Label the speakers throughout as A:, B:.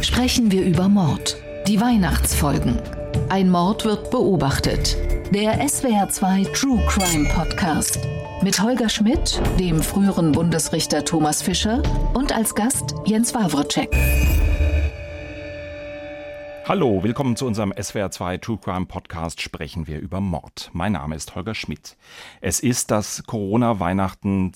A: sprechen wir über Mord. Die Weihnachtsfolgen. Ein Mord wird beobachtet. Der SWR2 True Crime Podcast. Mit Holger Schmidt, dem früheren Bundesrichter Thomas Fischer und als Gast Jens Wawrczeck.
B: Hallo, willkommen zu unserem SWR2 True Crime Podcast Sprechen wir über Mord. Mein Name ist Holger Schmidt. Es ist das Corona-Weihnachten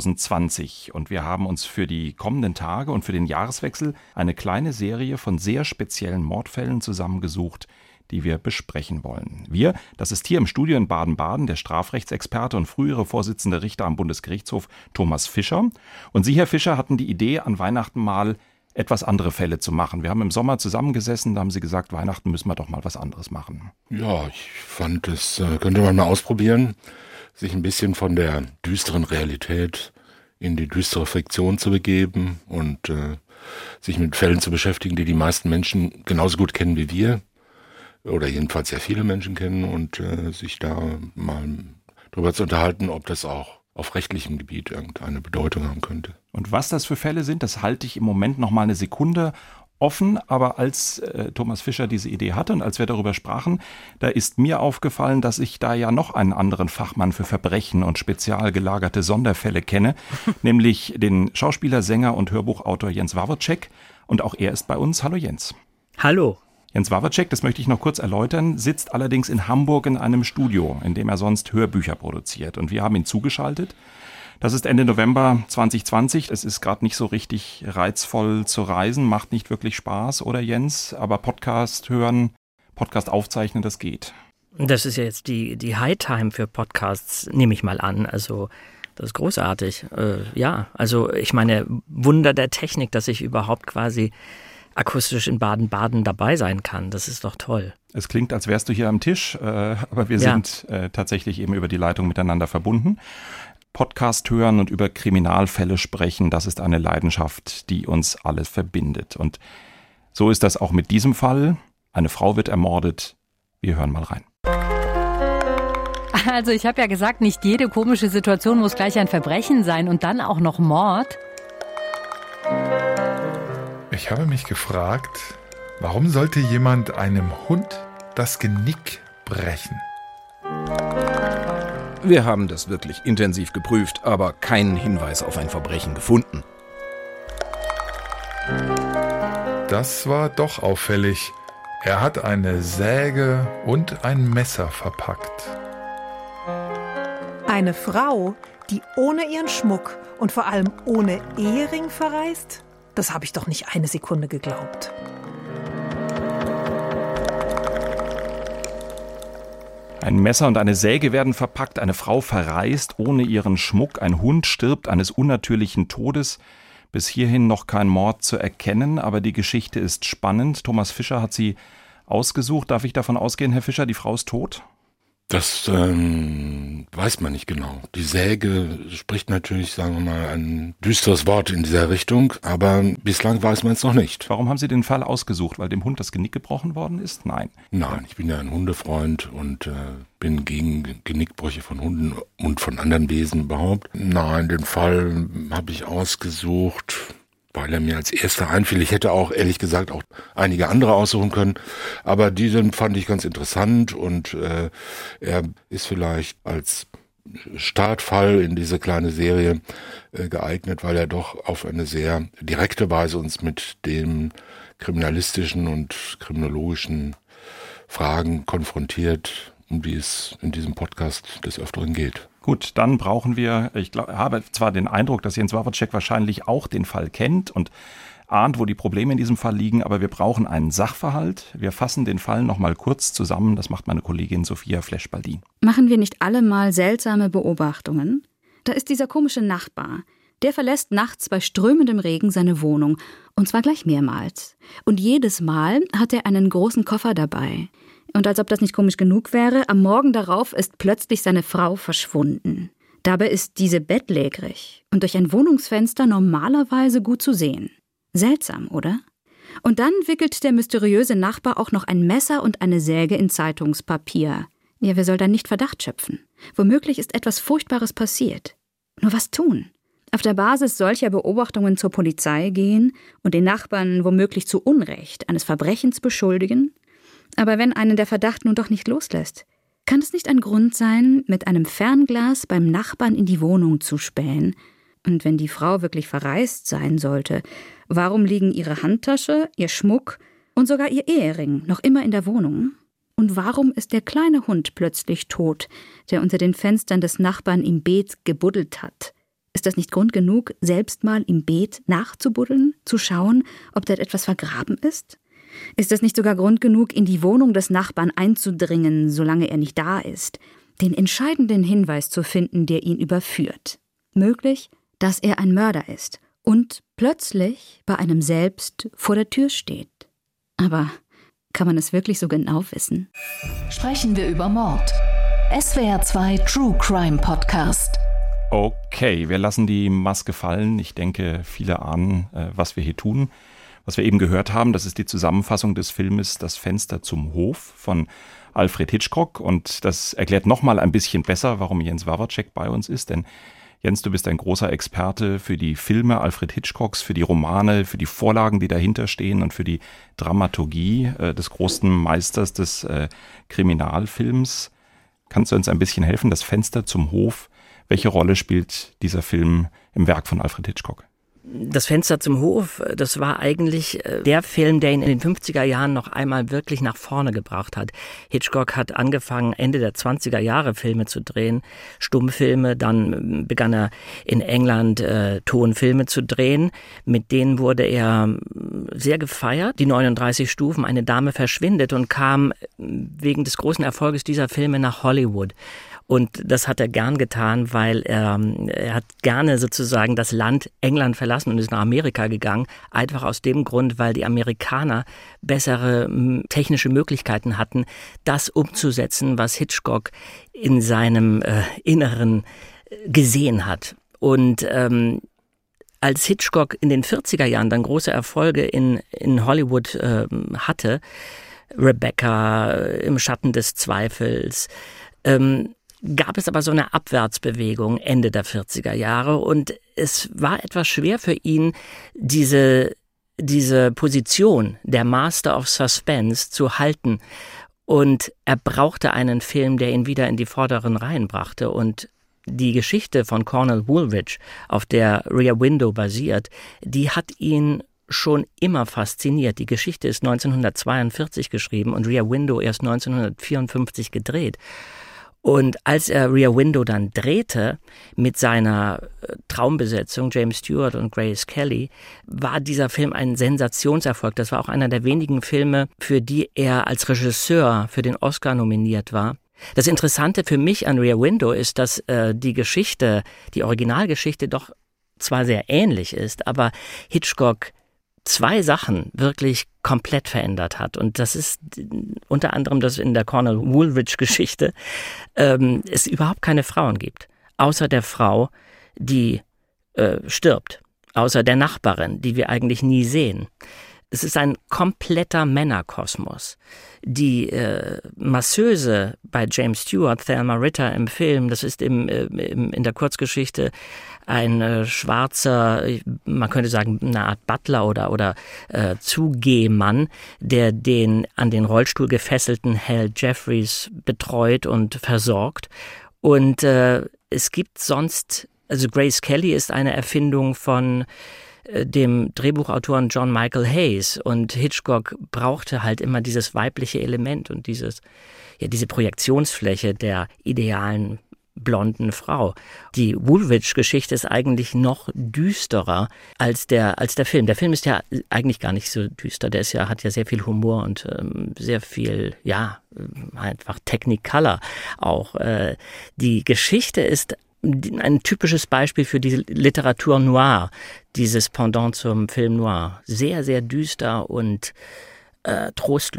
B: 2020 und wir haben uns für die kommenden Tage und für den Jahreswechsel eine kleine Serie von sehr speziellen Mordfällen zusammengesucht, die wir besprechen wollen. Wir, das ist hier im Studio in Baden-Baden der Strafrechtsexperte und frühere Vorsitzende Richter am Bundesgerichtshof Thomas Fischer. Und Sie, Herr Fischer, hatten die Idee, an Weihnachten mal etwas andere Fälle zu machen. Wir haben im Sommer zusammengesessen, da haben Sie gesagt, Weihnachten müssen wir doch mal was anderes machen.
C: Ja, ich fand, das könnte man mal ausprobieren, sich ein bisschen von der düsteren Realität in die düstere Fiktion zu begeben und sich mit Fällen zu beschäftigen, die die meisten Menschen genauso gut kennen wie wir oder jedenfalls sehr viele Menschen kennen und sich da mal drüber zu unterhalten, ob das auch auf rechtlichem Gebiet irgendeine Bedeutung haben könnte.
B: Und was das für Fälle sind, das halte ich im Moment noch mal eine Sekunde offen. Aber als Thomas Fischer diese Idee hatte und als wir darüber sprachen, da ist mir aufgefallen, dass ich da ja noch einen anderen Fachmann für Verbrechen und spezial gelagerte Sonderfälle kenne, nämlich den Schauspieler, Sänger und Hörbuchautor Jens Wawrczeck. Und auch er ist bei uns. Hallo Jens.
D: Hallo.
B: Jens Wawrczeck, das möchte ich noch kurz erläutern, sitzt allerdings in Hamburg in einem Studio, in dem er sonst Hörbücher produziert. Und wir haben ihn zugeschaltet. Das ist Ende November 2020. Es ist gerade nicht so richtig reizvoll zu reisen, macht nicht wirklich Spaß, oder Jens? Aber Podcast hören, Podcast aufzeichnen, das geht.
D: Das ist ja jetzt die High-Time für Podcasts, nehme ich mal an. Also das ist großartig. Ja, also ich meine, Wunder der Technik, dass ich überhaupt quasi akustisch in Baden-Baden dabei sein kann. Das ist doch toll.
B: Es klingt, als wärst du hier am Tisch, aber wir sind tatsächlich eben über die Leitung miteinander verbunden. Podcast hören und über Kriminalfälle sprechen, das ist eine Leidenschaft, die uns alle verbindet. Und so ist das auch mit diesem Fall. Eine Frau wird ermordet. Wir hören mal rein.
E: Also ich habe ja gesagt, nicht jede komische Situation muss gleich ein Verbrechen sein und dann auch noch Mord.
F: Ich habe mich gefragt, warum sollte jemand einem Hund das Genick brechen?
G: Wir haben das wirklich intensiv geprüft, aber keinen Hinweis auf ein Verbrechen gefunden.
F: Das war doch auffällig. Er hat eine Säge und ein Messer verpackt.
H: Eine Frau, die ohne ihren Schmuck und vor allem ohne Ehering verreist? Das habe ich doch nicht eine Sekunde geglaubt.
B: Ein Messer und eine Säge werden verpackt, eine Frau verreist ohne ihren Schmuck, ein Hund stirbt eines unnatürlichen Todes. Bis hierhin noch kein Mord zu erkennen, aber die Geschichte ist spannend. Thomas Fischer hat sie ausgesucht. Darf ich davon ausgehen, Herr Fischer, die Frau ist tot?
C: Das weiß man nicht genau. Die Säge spricht natürlich, sagen wir mal, ein düsteres Wort in dieser Richtung, aber bislang weiß man es noch nicht.
B: Warum haben Sie den Fall ausgesucht? Weil dem Hund das Genick gebrochen worden ist? Nein.
C: Nein, ich bin ja ein Hundefreund und bin gegen Genickbrüche von Hunden und von anderen Wesen überhaupt. Nein, den Fall habe ich ausgesucht, weil er mir als erster einfiel. Ich hätte auch, ehrlich gesagt, auch einige andere aussuchen können. Aber diesen fand ich ganz interessant und er ist vielleicht als Startfall in diese kleine Serie geeignet, weil er doch auf eine sehr direkte Weise uns mit den kriminalistischen und kriminologischen Fragen konfrontiert, um die es in diesem Podcast des Öfteren geht.
B: Gut, dann brauchen wir, habe zwar den Eindruck, dass Jens Wawrczeck wahrscheinlich auch den Fall kennt und ahnt, wo die Probleme in diesem Fall liegen, aber wir brauchen einen Sachverhalt. Wir fassen den Fall nochmal kurz zusammen. Das macht meine Kollegin Sophia Flesch-Baldin.
I: Machen wir nicht alle mal seltsame Beobachtungen? Da ist dieser komische Nachbar. Der verlässt nachts bei strömendem Regen seine Wohnung. Und zwar gleich mehrmals. Und jedes Mal hat er einen großen Koffer dabei. Und als ob das nicht komisch genug wäre, am Morgen darauf ist plötzlich seine Frau verschwunden. Dabei ist diese bettlägerig und durch ein Wohnungsfenster normalerweise gut zu sehen. Seltsam, oder? Und dann wickelt der mysteriöse Nachbar auch noch ein Messer und eine Säge in Zeitungspapier. Ja, wer soll da nicht Verdacht schöpfen? Womöglich ist etwas Furchtbares passiert. Nur was tun? auf der Basis solcher Beobachtungen zur Polizei gehen und den Nachbarn womöglich zu Unrecht eines Verbrechens beschuldigen? Aber wenn einen der Verdacht nun doch nicht loslässt, kann es nicht ein Grund sein, mit einem Fernglas beim Nachbarn in die Wohnung zu spähen? Und wenn die Frau wirklich verreist sein sollte, warum liegen ihre Handtasche, ihr Schmuck und sogar ihr Ehering noch immer in der Wohnung? Und warum ist der kleine Hund plötzlich tot, der unter den Fenstern des Nachbarn im Beet gebuddelt hat? Ist das nicht Grund genug, selbst mal im Beet nachzubuddeln, zu schauen, ob dort etwas vergraben ist? Ist das nicht sogar Grund genug, in die Wohnung des Nachbarn einzudringen, solange er nicht da ist, den entscheidenden Hinweis zu finden, der ihn überführt? Möglich, dass er ein Mörder ist und plötzlich bei einem selbst vor der Tür steht. Aber kann man es wirklich so genau wissen?
A: Sprechen wir über Mord. SWR 2 True Crime Podcast.
B: Okay, wir lassen die Maske fallen. Ich denke, viele ahnen, was wir hier tun. Was wir eben gehört haben, das ist die Zusammenfassung des Filmes Das Fenster zum Hof von Alfred Hitchcock. Und das erklärt nochmal ein bisschen besser, warum Jens Wawrczeck bei uns ist. Denn Jens, du bist ein großer Experte für die Filme Alfred Hitchcocks, für die Romane, für die Vorlagen, die dahinter stehen und für die Dramaturgie des großen Meisters des Kriminalfilms. Kannst du uns ein bisschen helfen? Das Fenster zum Hof. Welche Rolle spielt dieser Film im Werk von Alfred Hitchcock?
D: Das Fenster zum Hof, das war eigentlich der Film, der ihn in den 50er Jahren noch einmal wirklich nach vorne gebracht hat. Hitchcock hat angefangen, Ende der 20er Jahre Filme zu drehen, Stummfilme, dann begann er in England Tonfilme zu drehen. Mit denen wurde er sehr gefeiert. Die 39 Stufen, eine Dame verschwindet, und kam wegen des großen Erfolges dieser Filme nach Hollywood. Und das hat er gern getan, weil er hat gerne sozusagen das Land England verlassen und ist nach Amerika gegangen. Einfach aus dem Grund, weil die Amerikaner bessere technische Möglichkeiten hatten, das umzusetzen, was Hitchcock in seinem Inneren gesehen hat. Und als Hitchcock in den 40er Jahren dann große Erfolge in Hollywood hatte, Rebecca, Im Schatten des Zweifels, gab es aber so eine Abwärtsbewegung Ende der 40er Jahre, und es war etwas schwer für ihn, diese Position der Master of Suspense zu halten, und er brauchte einen Film, der ihn wieder in die vorderen Reihen brachte. Und die Geschichte von Cornell Woolrich, auf der Rear Window basiert, die hat ihn schon immer fasziniert. Die Geschichte ist 1942 geschrieben und Rear Window erst 1954 gedreht. Und als er Rear Window dann drehte mit seiner Traumbesetzung James Stewart und Grace Kelly, war dieser Film ein Sensationserfolg. Das war auch einer der wenigen Filme, für die er als Regisseur für den Oscar nominiert war. Das Interessante für mich an Rear Window ist, dass die Originalgeschichte doch zwar sehr ähnlich ist, aber Hitchcock 2 Sachen wirklich komplett verändert hat. Und das ist unter anderem, dass in der Cornell Woolrich-Geschichte es überhaupt keine Frauen gibt. Außer der Frau, die stirbt. Außer der Nachbarin, die wir eigentlich nie sehen. Es ist ein kompletter Männerkosmos. Die Masseuse bei James Stewart, Thelma Ritter im Film, das ist in der Kurzgeschichte ein schwarzer, man könnte sagen, eine Art Butler oder Zugehmann, der den an den Rollstuhl gefesselten Hal Jeffries betreut und versorgt. Und es gibt sonst, also Grace Kelly ist eine Erfindung von dem Drehbuchautoren John Michael Hayes, und Hitchcock brauchte halt immer dieses weibliche Element und diese Projektionsfläche der idealen blonden Frau. Die Woolrich-Geschichte ist eigentlich noch düsterer als der Film. Der Film ist ja eigentlich gar nicht so düster. Hat ja sehr viel Humor und sehr viel, einfach Technicolor auch. Die Geschichte ist ein typisches Beispiel für die Literatur noir, dieses Pendant zum Film noir. Sehr, sehr düster und trostlos.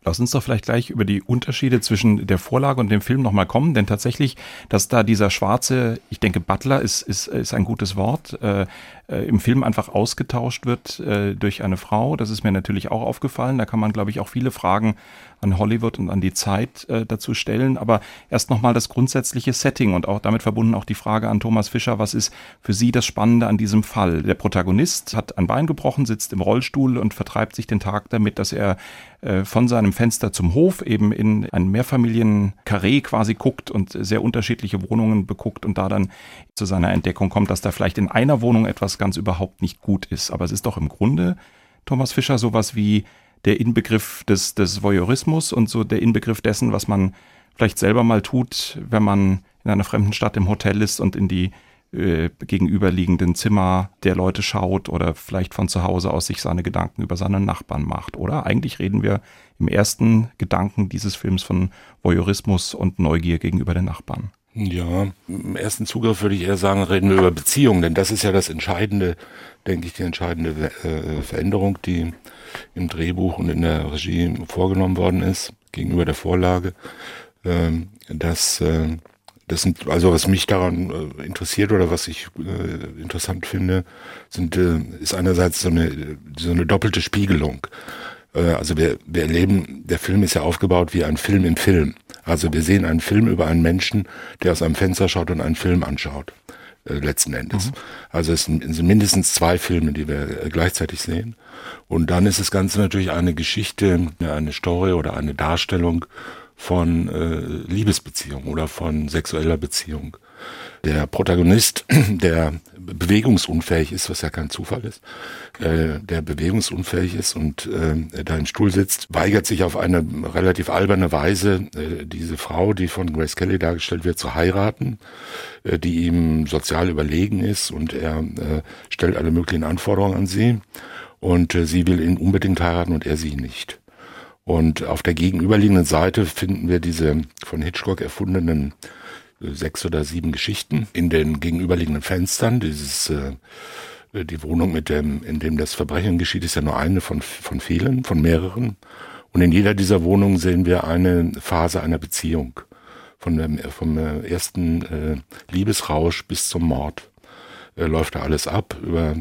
B: Lass uns doch vielleicht gleich über die Unterschiede zwischen der Vorlage und dem Film nochmal kommen, denn tatsächlich, dass da dieser schwarze, ich denke Butler ist ein gutes Wort, im Film einfach ausgetauscht wird durch eine Frau, das ist mir natürlich auch aufgefallen. Da kann man, glaube ich, auch viele Fragen an Hollywood und an die Zeit dazu stellen. Aber erst nochmal das grundsätzliche Setting und auch damit verbunden auch die Frage an Thomas Fischer, was ist für Sie das Spannende an diesem Fall? Der Protagonist hat ein Bein gebrochen, sitzt im Rollstuhl und vertreibt sich den Tag damit, dass er von seinem Fenster zum Hof eben in ein Mehrfamilien-Karree quasi guckt und sehr unterschiedliche Wohnungen beguckt und da dann zu seiner Entdeckung kommt, dass da vielleicht in einer Wohnung etwas ganz überhaupt nicht gut ist. Aber es ist doch im Grunde, Thomas Fischer, sowas wie der Inbegriff des Voyeurismus und so der Inbegriff dessen, was man vielleicht selber mal tut, wenn man in einer fremden Stadt im Hotel ist und in die gegenüberliegenden Zimmer der Leute schaut oder vielleicht von zu Hause aus sich seine Gedanken über seine Nachbarn macht, oder? Eigentlich reden wir im ersten Gedanken dieses Films von Voyeurismus und Neugier gegenüber den Nachbarn.
C: Ja, im ersten Zugriff würde ich eher sagen, reden wir über Beziehungen, denn das ist ja das Entscheidende, denke ich, die entscheidende Veränderung, die im Drehbuch und in der Regie vorgenommen worden ist, gegenüber der Vorlage, also was mich daran interessiert oder was ich interessant finde, ist einerseits so eine doppelte Spiegelung. Also wir erleben, der Film ist ja aufgebaut wie ein Film im Film. Also wir sehen einen Film über einen Menschen, der aus einem Fenster schaut und einen Film anschaut, letzten Endes. Mhm. Also es sind mindestens 2 Filme, die wir gleichzeitig sehen. Und dann ist das Ganze natürlich eine Geschichte, eine Story oder eine Darstellung von Liebesbeziehung oder von sexueller Beziehung. Der Protagonist, der bewegungsunfähig ist, was ja kein Zufall ist, der bewegungsunfähig ist und da im Stuhl sitzt, weigert sich auf eine relativ alberne Weise, diese Frau, die von Grace Kelly dargestellt wird, zu heiraten, die ihm sozial überlegen ist, und er stellt alle möglichen Anforderungen an sie, und sie will ihn unbedingt heiraten und er sie nicht. Und auf der gegenüberliegenden Seite finden wir diese von Hitchcock erfundenen 6 oder 7 Geschichten in den gegenüberliegenden Fenstern. Die Wohnung, in dem das Verbrechen geschieht, ist ja nur eine von vielen, von mehreren. Und in jeder dieser Wohnungen sehen wir eine Phase einer Beziehung. Vom ersten Liebesrausch bis zum Mord läuft da alles ab,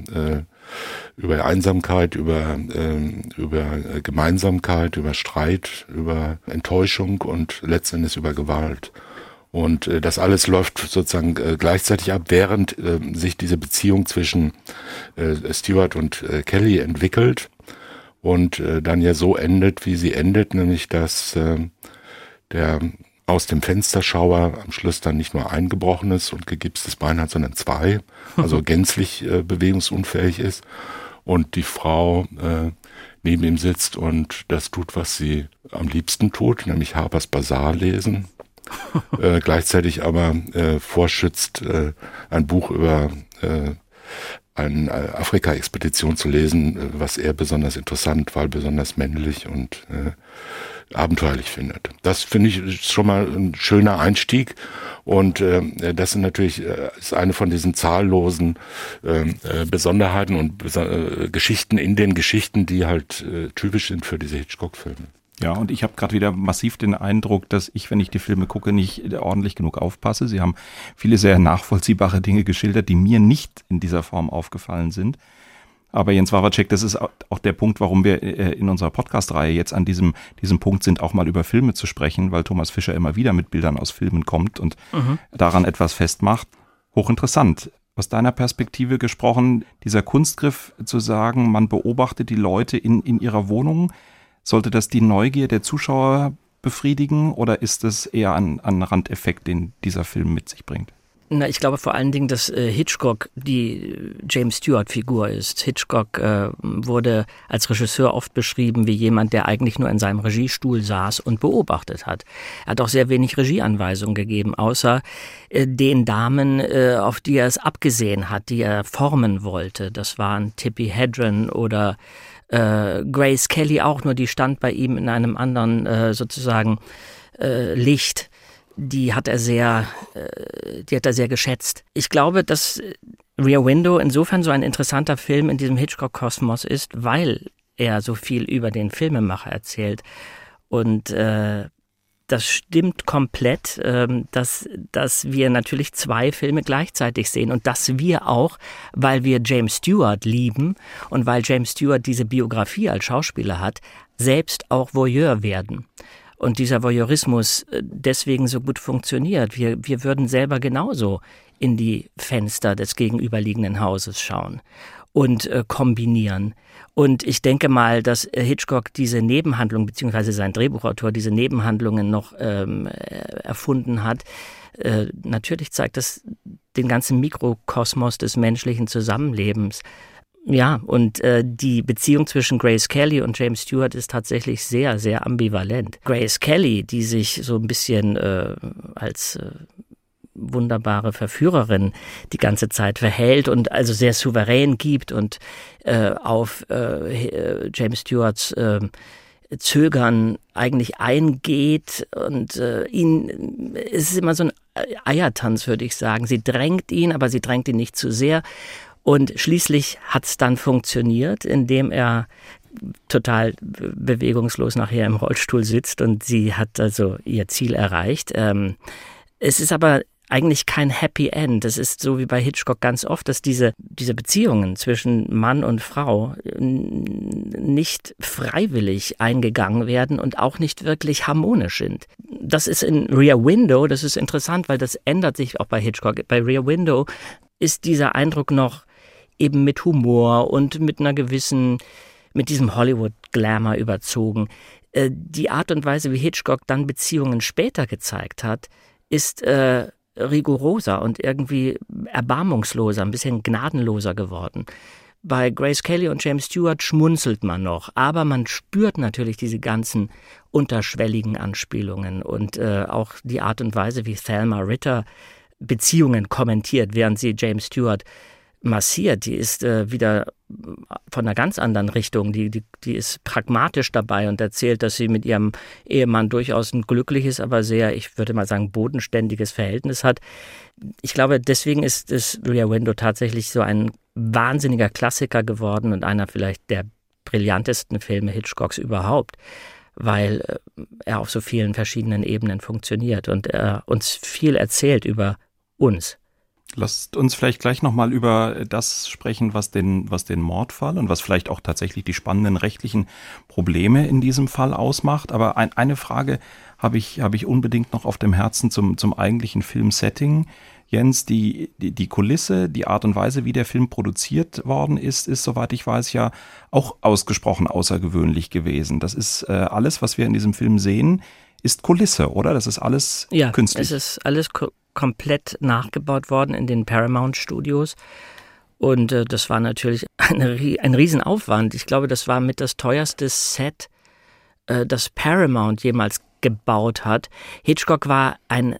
C: über Einsamkeit, über Gemeinsamkeit, über Streit, über Enttäuschung und letztendlich über Gewalt. Und das alles läuft sozusagen gleichzeitig ab, während sich diese Beziehung zwischen Stewart und Kelly entwickelt und dann ja so endet, wie sie endet, nämlich dass der aus dem Fensterschauer am Schluss dann nicht nur ein gebrochenes und gegipstes Bein hat, sondern 2, also gänzlich bewegungsunfähig ist, und die Frau neben ihm sitzt und das tut, was sie am liebsten tut, nämlich Harper's Bazaar lesen. Gleichzeitig aber vorschützt, ein Buch über eine Afrika-Expedition zu lesen, was er besonders interessant, weil besonders männlich und abenteuerlich findet. Das finde ich schon mal ein schöner Einstieg, und das sind natürlich ist eine von diesen zahllosen Besonderheiten und Geschichten in den Geschichten, die halt typisch sind für diese Hitchcock-Filme.
B: Ja, und ich habe gerade wieder massiv den Eindruck, dass ich, wenn ich die Filme gucke, nicht ordentlich genug aufpasse. Sie haben viele sehr nachvollziehbare Dinge geschildert, die mir nicht in dieser Form aufgefallen sind. Aber Jens Wawrczeck, das ist auch der Punkt, warum wir in unserer Podcast-Reihe jetzt an diesem Punkt sind, auch mal über Filme zu sprechen, weil Thomas Fischer immer wieder mit Bildern aus Filmen kommt und daran etwas festmacht. Hochinteressant. Aus deiner Perspektive gesprochen, dieser Kunstgriff zu sagen, man beobachtet die Leute in ihrer Wohnung. Sollte das die Neugier der Zuschauer befriedigen, oder ist es eher ein Randeffekt, den dieser Film mit sich bringt?
D: Na, ich glaube vor allen Dingen, dass Hitchcock die James Stewart-Figur ist. Hitchcock wurde als Regisseur oft beschrieben wie jemand, der eigentlich nur in seinem Regiestuhl saß und beobachtet hat. Er hat auch sehr wenig Regieanweisungen gegeben, außer den Damen, auf die er es abgesehen hat, die er formen wollte. Das waren Tippi Hedren oder Grace Kelly auch, nur die stand bei ihm in einem anderen Licht. Die hat er sehr geschätzt. Ich glaube, dass Rear Window insofern so ein interessanter Film in diesem Hitchcock-Kosmos ist, weil er so viel über den Filmemacher erzählt Und das stimmt komplett, dass wir natürlich 2 Filme gleichzeitig sehen und dass wir auch, weil wir James Stewart lieben und weil James Stewart diese Biografie als Schauspieler hat, selbst auch Voyeur werden. Und dieser Voyeurismus deswegen so gut funktioniert. Wir würden selber genauso in die Fenster des gegenüberliegenden Hauses schauen und kombinieren. Und ich denke mal, dass Hitchcock diese Nebenhandlung, beziehungsweise sein Drehbuchautor diese Nebenhandlungen noch erfunden hat. Natürlich zeigt das den ganzen Mikrokosmos des menschlichen Zusammenlebens. Ja, und die Beziehung zwischen Grace Kelly und James Stewart ist tatsächlich sehr, sehr ambivalent. Grace Kelly, die sich so ein bisschen als wunderbare Verführerin die ganze Zeit verhält und also sehr souverän gibt und auf James Stewarts Zögern eigentlich eingeht und es ist immer so ein Eiertanz, würde ich sagen. Sie drängt ihn, aber sie drängt ihn nicht zu sehr. Und schließlich hat es dann funktioniert, indem er total bewegungslos nachher im Rollstuhl sitzt und sie hat also ihr Ziel erreicht. Es ist aber eigentlich kein Happy End. Es ist so wie bei Hitchcock ganz oft, dass diese Beziehungen zwischen Mann und Frau nicht freiwillig eingegangen werden und auch nicht wirklich harmonisch sind. Das ist in Rear Window, das ist interessant, weil das ändert sich auch bei Hitchcock. Bei Rear Window ist dieser Eindruck noch eben mit Humor und mit diesem Hollywood-Glamour überzogen. Die Art und Weise, wie Hitchcock dann Beziehungen später gezeigt hat, ist rigoroser und irgendwie erbarmungsloser, ein bisschen gnadenloser geworden. Bei Grace Kelly und James Stewart schmunzelt man noch, aber man spürt natürlich diese ganzen unterschwelligen Anspielungen und auch die Art und Weise, wie Thelma Ritter Beziehungen kommentiert, während sie James Stewart massiert. Die ist wieder von einer ganz anderen Richtung. Die ist pragmatisch dabei und erzählt, dass sie mit ihrem Ehemann durchaus ein glückliches, aber sehr, ich würde mal sagen, bodenständiges Verhältnis hat. Ich glaube, deswegen ist das Rear Window tatsächlich so ein wahnsinniger Klassiker geworden und einer vielleicht der brillantesten Filme Hitchcocks überhaupt, weil er auf so vielen verschiedenen Ebenen funktioniert und er uns viel erzählt über uns.
B: Lasst uns vielleicht gleich nochmal über das sprechen, was den Mordfall und was vielleicht auch tatsächlich die spannenden rechtlichen Probleme in diesem Fall ausmacht. Aber eine Frage habe ich unbedingt noch auf dem Herzen zum eigentlichen Filmsetting. Jens, die Kulisse, die Art und Weise, wie der Film produziert worden ist, soweit ich weiß, ja auch ausgesprochen außergewöhnlich gewesen. Das ist alles, was wir in diesem Film sehen, ist Kulisse, oder? Das ist alles künstlich.
D: Ja, es ist alles komplett nachgebaut worden in den Paramount Studios und das war natürlich ein Riesenaufwand. Ich glaube, das war mit das teuerste Set, das Paramount jemals gebaut hat. Hitchcock war ein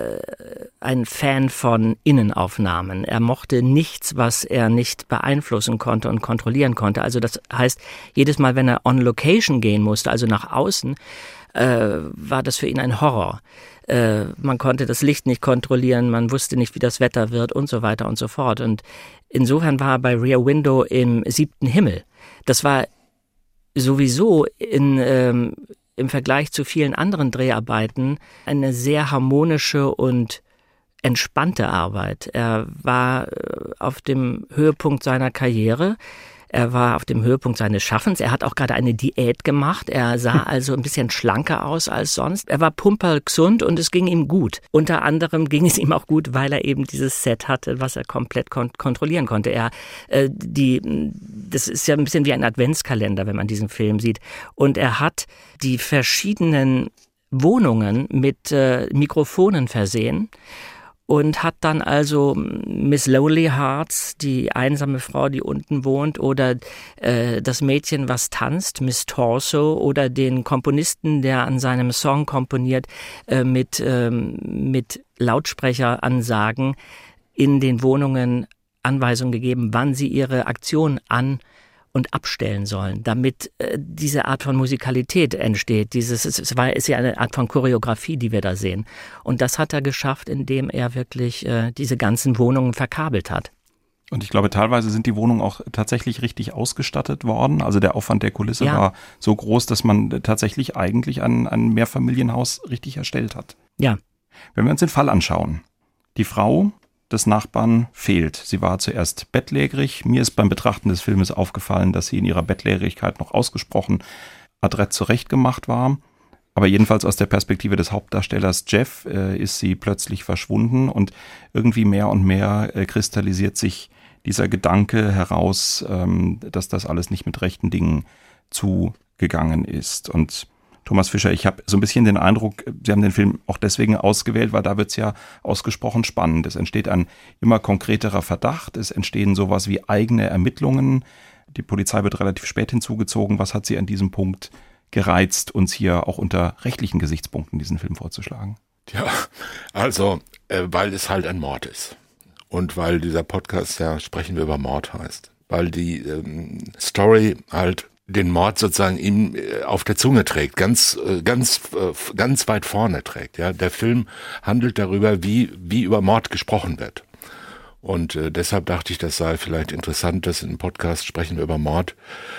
D: Fan von Innenaufnahmen. Er mochte nichts, was er nicht beeinflussen konnte und kontrollieren konnte. Also das heißt, jedes Mal, wenn er on Location gehen musste, also nach außen, war das für ihn ein Horror. Man konnte das Licht nicht kontrollieren, man wusste nicht, wie das Wetter wird und so weiter und so fort. Und insofern war er bei Rear Window im 7. Himmel. Das war sowieso im Vergleich zu vielen anderen Dreharbeiten eine sehr harmonische und entspannte Arbeit. Er war auf dem Höhepunkt seiner Karriere. Er war auf dem Höhepunkt seines Schaffens. Er hat auch gerade eine Diät gemacht. Er sah also ein bisschen schlanker aus als sonst. Er war pumperlgesund und es ging ihm gut. Unter anderem ging es ihm auch gut, weil er eben dieses Set hatte, was er komplett kontrollieren konnte. Das ist ja ein bisschen wie ein Adventskalender, wenn man diesen Film sieht. Und er hat die verschiedenen Wohnungen mit Mikrofonen versehen. Und hat dann also Miss Lonely Hearts, die einsame Frau, die unten wohnt, oder das Mädchen, was tanzt, Miss Torso, oder den Komponisten, der an seinem Song komponiert, mit Lautsprecheransagen in den Wohnungen Anweisungen gegeben, wann sie ihre Aktion an- und abstellen sollen, damit diese Art von Musikalität entsteht. Es ist ja eine Art von Choreografie, die wir da sehen. Und das hat er geschafft, indem er wirklich diese ganzen Wohnungen verkabelt hat.
B: Und ich glaube, teilweise sind die Wohnungen auch tatsächlich richtig ausgestattet worden. Also der Aufwand der Kulisse war so groß, dass man tatsächlich eigentlich ein Mehrfamilienhaus richtig erstellt hat.
D: Ja.
B: Wenn wir uns den Fall anschauen. Die Frau des Nachbarn fehlt. Sie war zuerst bettlägerig. Mir ist beim Betrachten des Filmes aufgefallen, dass sie in ihrer Bettlägerigkeit noch ausgesprochen adrett zurechtgemacht war. Aber jedenfalls aus der Perspektive des Hauptdarstellers Jeff ist sie plötzlich verschwunden und irgendwie mehr und mehr kristallisiert sich dieser Gedanke heraus, dass das alles nicht mit rechten Dingen zugegangen ist. Und Thomas Fischer, ich habe so ein bisschen den Eindruck, Sie haben den Film auch deswegen ausgewählt, weil da wird es ja ausgesprochen spannend. Es entsteht ein immer konkreterer Verdacht, es entstehen sowas wie eigene Ermittlungen. Die Polizei wird relativ spät hinzugezogen. Was hat Sie an diesem Punkt gereizt, uns hier auch unter rechtlichen Gesichtspunkten diesen Film vorzuschlagen?
C: Ja, also, weil es halt ein Mord ist. Und weil dieser Podcast ja Sprechen wir über Mord heißt. Weil die Story halt den Mord sozusagen ihm auf der Zunge trägt, ganz weit vorne trägt. Ja, der Film handelt darüber, wie über Mord gesprochen wird. Und deshalb dachte ich, das sei vielleicht interessant, das im Podcast Sprechen wir über Mord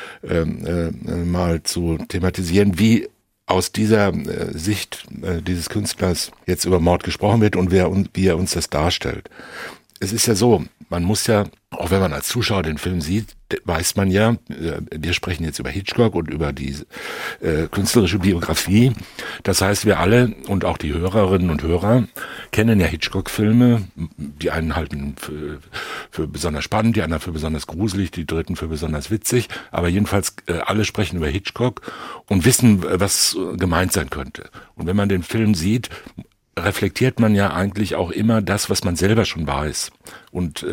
C: mal zu thematisieren, wie aus dieser Sicht dieses Künstlers jetzt über Mord gesprochen wird und wie er uns das darstellt. Es ist ja so, man muss ja, auch wenn man als Zuschauer den Film sieht, weiß man ja, wir sprechen jetzt über Hitchcock und über die künstlerische Biografie. Das heißt, wir alle und auch die Hörerinnen und Hörer kennen ja Hitchcock-Filme. Die einen halten für besonders spannend, die anderen für besonders gruselig, die dritten für besonders witzig. Aber jedenfalls alle sprechen über Hitchcock und wissen, was gemeint sein könnte. Und wenn man den Film sieht, reflektiert man ja eigentlich auch immer das, was man selber schon weiß. Und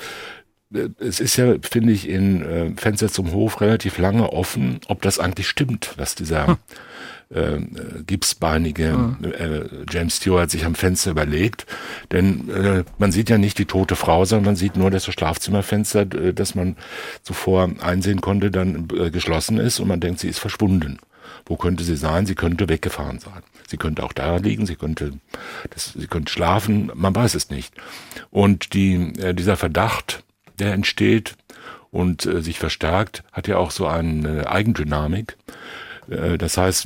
C: es ist ja, finde ich, in Fenster zum Hof relativ lange offen, ob das eigentlich stimmt, was dieser gipsbeinige James Stewart sich am Fenster überlegt. Denn man sieht ja nicht die tote Frau, sondern man sieht nur, dass das Schlafzimmerfenster, das man zuvor einsehen konnte, dann geschlossen ist und man denkt, sie ist verschwunden. Wo könnte sie sein? Sie könnte weggefahren sein. Sie könnte auch da liegen, sie könnte schlafen, man weiß es nicht. Und dieser Verdacht, der entsteht und sich verstärkt, hat ja auch so eine Eigendynamik. Das heißt,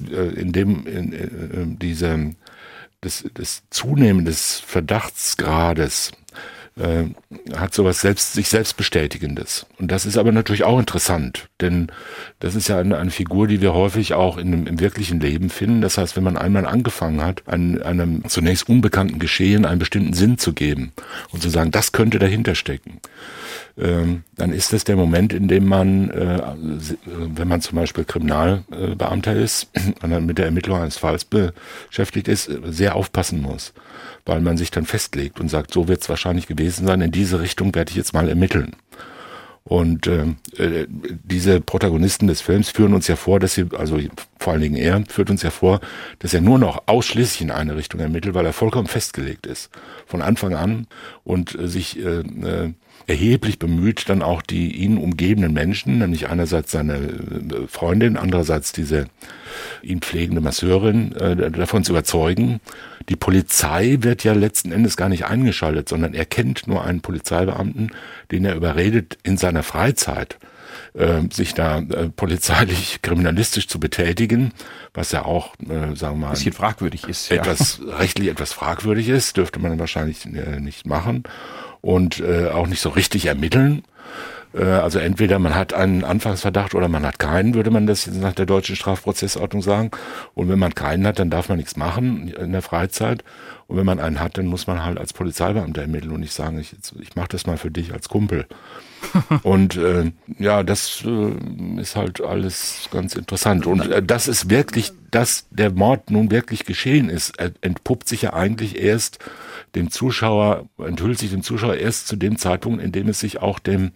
C: das Zunehmen des Verdachtsgrades hat sowas sich selbst Bestätigendes. Und das ist aber natürlich auch interessant, denn das ist ja eine Figur, die wir häufig auch im wirklichen Leben finden. Das heißt, wenn man einmal angefangen hat, einem zunächst unbekannten Geschehen einen bestimmten Sinn zu geben und zu sagen, das könnte dahinter stecken, dann ist das der Moment, in dem man, wenn man zum Beispiel Kriminalbeamter ist und dann mit der Ermittlung eines Falls beschäftigt ist, sehr aufpassen muss, weil man sich dann festlegt und sagt, so wird es wahrscheinlich gewesen sein, in diese Richtung werde ich jetzt mal ermitteln. Und diese Protagonisten des Films führen uns ja vor, dass sie, also vor allen Dingen er, führt uns ja vor, dass er nur noch ausschließlich in eine Richtung ermittelt, weil er vollkommen festgelegt ist. Von Anfang an und sich erheblich bemüht, dann auch die ihn umgebenden Menschen, nämlich einerseits seine Freundin, andererseits diese ihn pflegende Masseurin, davon zu überzeugen. Die Polizei wird ja letzten Endes gar nicht eingeschaltet, sondern er kennt nur einen Polizeibeamten, den er überredet, in seiner Freizeit sich da polizeilich, kriminalistisch zu betätigen, was ja auch, sagen wir mal,
B: ein bisschen fragwürdig ist.
C: Rechtlich etwas fragwürdig ist, dürfte man wahrscheinlich nicht machen und auch nicht so richtig ermitteln. Also entweder man hat einen Anfangsverdacht oder man hat keinen, würde man das nach der deutschen Strafprozessordnung sagen. Und wenn man keinen hat, dann darf man nichts machen in der Freizeit. Und wenn man einen hat, dann muss man halt als Polizeibeamter ermitteln und nicht sagen, ich mache das mal für dich als Kumpel. Und das ist halt alles ganz interessant. Und das ist wirklich, dass der Mord nun wirklich geschehen ist, entpuppt sich ja eigentlich erst enthüllt sich dem Zuschauer erst zu dem Zeitpunkt, in dem es sich auch dem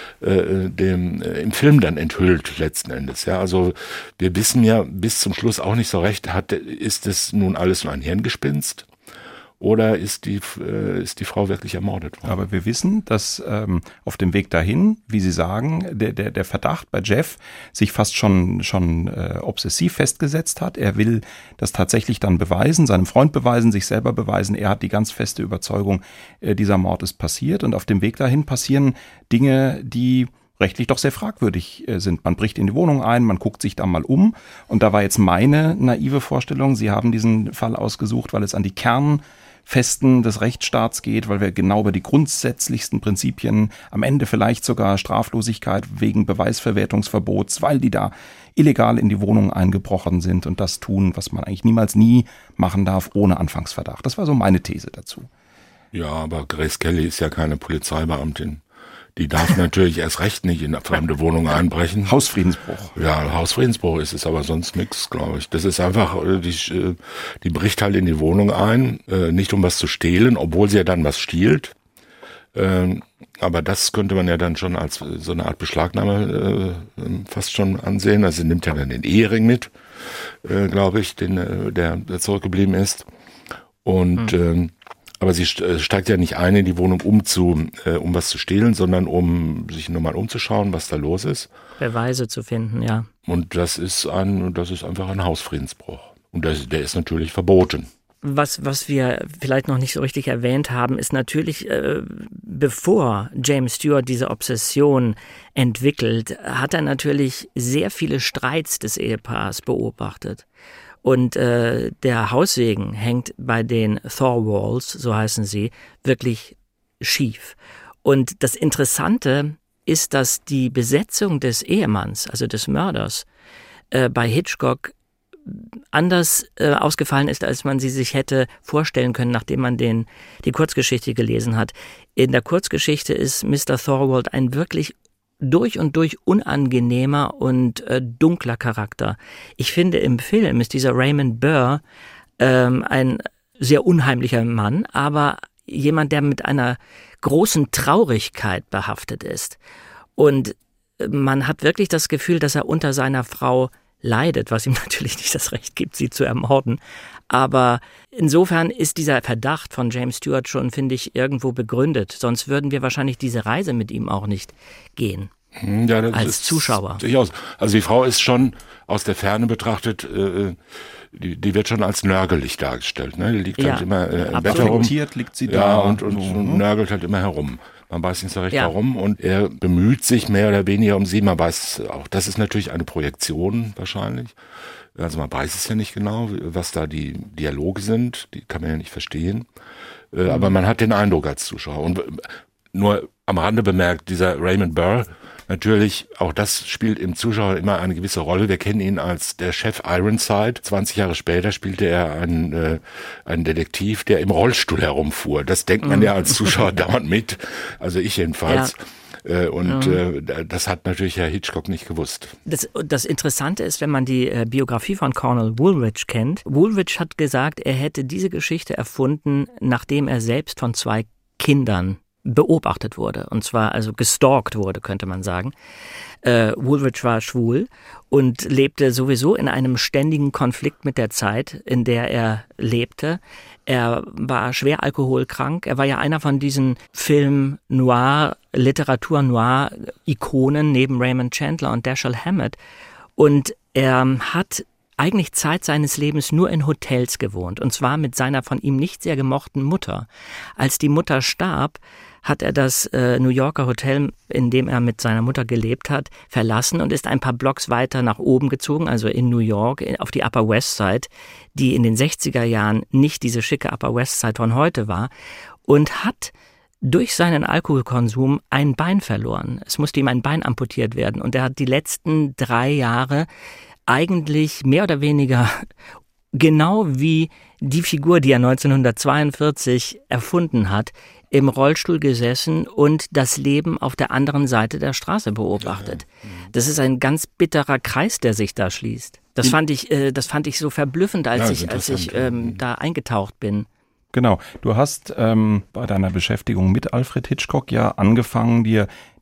C: im Film dann enthüllt letzten Endes. Ja, also wir wissen ja bis zum Schluss auch nicht so recht, ist es nun alles nur ein Hirngespinst oder ist die Frau wirklich ermordet worden.
B: Aber wir wissen, dass auf dem Weg dahin, wie Sie sagen, der Verdacht bei Jeff sich fast schon obsessiv festgesetzt hat. Er will das tatsächlich dann beweisen, seinem Freund beweisen, sich selber beweisen. Er hat die ganz feste Überzeugung, dieser Mord ist passiert. Und auf dem Weg dahin passieren Dinge, die rechtlich doch sehr fragwürdig sind. Man bricht in die Wohnung ein, man guckt sich da mal um. Und da war jetzt meine naive Vorstellung, Sie haben diesen Fall ausgesucht, weil es an die Kernfesten des Rechtsstaats geht, weil wir genau über die grundsätzlichsten Prinzipien, am Ende vielleicht sogar Straflosigkeit wegen Beweisverwertungsverbots, weil die da illegal in die Wohnung eingebrochen sind und das tun, was man eigentlich niemals nie machen darf, ohne Anfangsverdacht. Das war so meine These dazu.
C: Ja, aber Grace Kelly ist ja keine Polizeibeamtin. Die darf natürlich erst recht nicht in eine fremde Wohnung einbrechen.
B: Hausfriedensbruch.
C: Ja, Hausfriedensbruch ist es aber sonst nichts, glaube ich. Das ist einfach, die bricht halt in die Wohnung ein, nicht um was zu stehlen, obwohl sie ja dann was stiehlt. Aber das könnte man ja dann schon als so eine Art Beschlagnahme fast schon ansehen. Also sie nimmt ja dann den Ehering mit, glaube ich, der zurückgeblieben ist. Und aber sie steigt ja nicht ein in die Wohnung, um was zu stehlen, sondern um sich nur mal umzuschauen, was da los ist.
D: Beweise zu finden, ja.
C: Und das ist einfach ein Hausfriedensbruch. Und der ist natürlich verboten.
D: Was wir vielleicht noch nicht so richtig erwähnt haben, ist natürlich, bevor James Stewart diese Obsession entwickelt, hat er natürlich sehr viele Streits des Ehepaars beobachtet. Und der Haussegen hängt bei den Thorwalds, so heißen sie, wirklich schief. Und das Interessante ist, dass die Besetzung des Ehemanns, also des Mörders, bei Hitchcock anders ausgefallen ist, als man sie sich hätte vorstellen können, nachdem man die Kurzgeschichte gelesen hat. In der Kurzgeschichte ist Mr. Thorwald ein wirklich durch und durch unangenehmer und dunkler Charakter. Ich finde, im Film ist dieser Raymond Burr ein sehr unheimlicher Mann, aber jemand, der mit einer großen Traurigkeit behaftet ist. Und man hat wirklich das Gefühl, dass er unter seiner Frau leidet, was ihm natürlich nicht das Recht gibt, sie zu ermorden. Aber insofern ist dieser Verdacht von James Stewart schon, finde ich, irgendwo begründet. Sonst würden wir wahrscheinlich diese Reise mit ihm auch nicht gehen.
C: Ja, das
D: als
C: ist
D: Zuschauer.
C: Durchaus. Also die Frau ist schon aus der Ferne betrachtet, die wird schon als nörgelig dargestellt. Ne? Die liegt halt immer im Bett herum.
B: Liegt sie da.
C: Ja, und nörgelt halt immer herum. Man weiß nicht so recht warum und er bemüht sich mehr oder weniger um sie. Man weiß auch, das ist natürlich eine Projektion wahrscheinlich. Also man weiß es ja nicht genau, was da die Dialoge sind. Die kann man ja nicht verstehen. Aber man hat den Eindruck als Zuschauer. Und nur am Rande bemerkt, dieser Raymond Burr, natürlich, auch das spielt im Zuschauer immer eine gewisse Rolle. Wir kennen ihn als der Chef Ironside. 20 Jahre später spielte er einen Detektiv, der im Rollstuhl herumfuhr. Das denkt man ja als Zuschauer dauernd mit. Also ich jedenfalls. Ja. Das hat natürlich Herr Hitchcock nicht gewusst.
D: Das Interessante ist, wenn man die Biografie von Cornel Woolrich kennt. Woolrich hat gesagt, er hätte diese Geschichte erfunden, nachdem er selbst von 2 Kindern beobachtet wurde, und zwar also gestalkt wurde, könnte man sagen. Woolrich war schwul und lebte sowieso in einem ständigen Konflikt mit der Zeit, in der er lebte. Er war schwer alkoholkrank. Er war ja einer von diesen Film-Noir, Literatur-Noir-Ikonen neben Raymond Chandler und Dashiell Hammett. Und er hat eigentlich Zeit seines Lebens nur in Hotels gewohnt, und zwar mit seiner von ihm nicht sehr gemochten Mutter. Als die Mutter starb, hat er das New Yorker Hotel, in dem er mit seiner Mutter gelebt hat, verlassen und ist ein paar Blocks weiter nach oben gezogen, also in New York, auf die Upper West Side, die in den 60er Jahren nicht diese schicke Upper West Side von heute war, und hat durch seinen Alkoholkonsum ein Bein verloren. Es musste ihm ein Bein amputiert werden, und er hat die letzten 3 Jahre eigentlich mehr oder weniger genau wie die Figur, die er 1942 erfunden hat, im Rollstuhl gesessen und das Leben auf der anderen Seite der Straße beobachtet. Das ist ein ganz bitterer Kreis, der sich da schließt. Das fand ich so verblüffend, als ich da eingetaucht bin.
B: Genau. Du hast bei deiner Beschäftigung mit Alfred Hitchcock ja angefangen, dir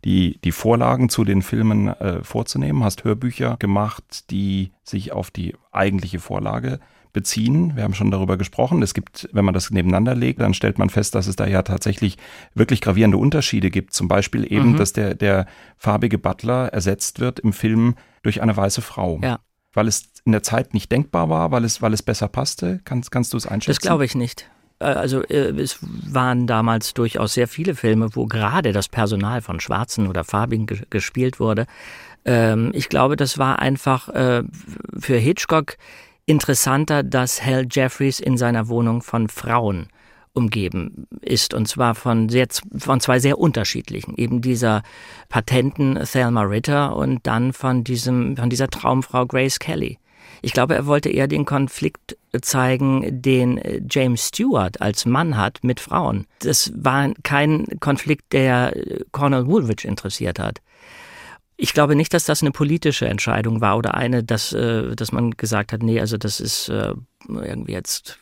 B: die Vorlagen zu den Filmen vorzunehmen, hast Hörbücher gemacht, die sich auf die eigentliche Vorlage beziehen. Wir haben schon darüber gesprochen. Es gibt, wenn man das nebeneinander legt, dann stellt man fest, dass es da ja tatsächlich wirklich gravierende Unterschiede gibt. Zum Beispiel eben, dass der farbige Butler ersetzt wird im Film durch eine weiße Frau.
D: Ja.
B: Weil es in der Zeit nicht denkbar war, weil es besser passte. Kannst du es einschätzen?
D: Das glaube ich nicht. Also es waren damals durchaus sehr viele Filme, wo gerade das Personal von Schwarzen oder Farbigen gespielt wurde. Ich glaube, das war einfach für Hitchcock interessanter, dass Hal Jeffries in seiner Wohnung von Frauen umgeben ist, und zwar von zwei sehr unterschiedlichen, eben dieser patenten Thelma Ritter und dann von dieser Traumfrau Grace Kelly. Ich glaube, er wollte eher den Konflikt zeigen, den James Stewart als Mann hat mit Frauen. Das war kein Konflikt, der Cornel Woolrich interessiert hat. Ich glaube nicht, dass das eine politische Entscheidung war oder eine, dass man gesagt hat, nee, also das ist irgendwie jetzt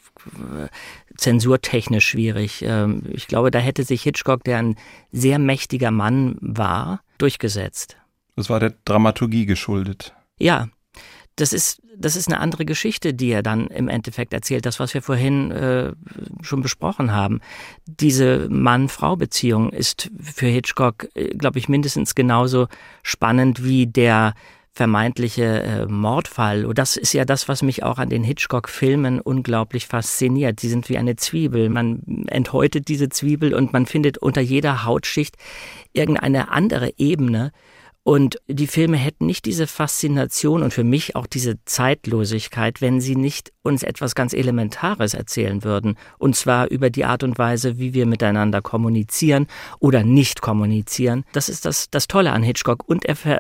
D: zensurtechnisch schwierig. Ich glaube, da hätte sich Hitchcock, der ein sehr mächtiger Mann war, durchgesetzt.
B: Das war der Dramaturgie geschuldet.
D: Ja, das ist eine andere Geschichte, die er dann im Endeffekt erzählt. Das, was wir vorhin schon besprochen haben. Diese Mann-Frau-Beziehung ist für Hitchcock, glaube ich, mindestens genauso spannend wie der vermeintliche Mordfall. Und das ist ja das, was mich auch an den Hitchcock-Filmen unglaublich fasziniert. Sie sind wie eine Zwiebel. Man enthäutet diese Zwiebel und man findet unter jeder Hautschicht irgendeine andere Ebene. Und die Filme hätten nicht diese Faszination und für mich auch diese Zeitlosigkeit, wenn sie nicht uns etwas ganz Elementares erzählen würden. Und zwar über die Art und Weise, wie wir miteinander kommunizieren oder nicht kommunizieren. Das ist das Tolle an Hitchcock. Und er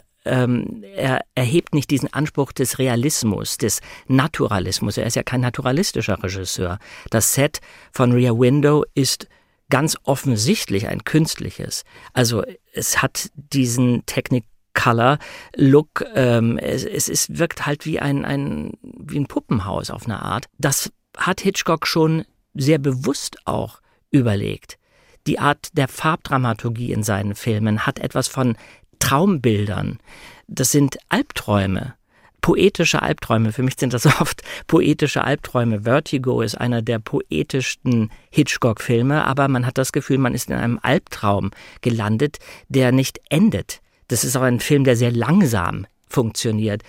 D: erhebt nicht diesen Anspruch des Realismus, des Naturalismus. Er ist ja kein naturalistischer Regisseur. Das Set von Rear Window ist ganz offensichtlich ein künstliches. Also es hat diesen Technicolor-Look. Es wirkt halt wie ein Puppenhaus auf eine Art. Das hat Hitchcock schon sehr bewusst auch überlegt. Die Art der Farbdramaturgie in seinen Filmen hat etwas von Traumbildern. Das sind Albträume. Poetische Albträume. Für mich sind das oft poetische Albträume. Vertigo ist einer der poetischsten Hitchcock-Filme, aber man hat das Gefühl, man ist in einem Albtraum gelandet, der nicht endet. Das ist auch ein Film, der sehr langsam funktioniert.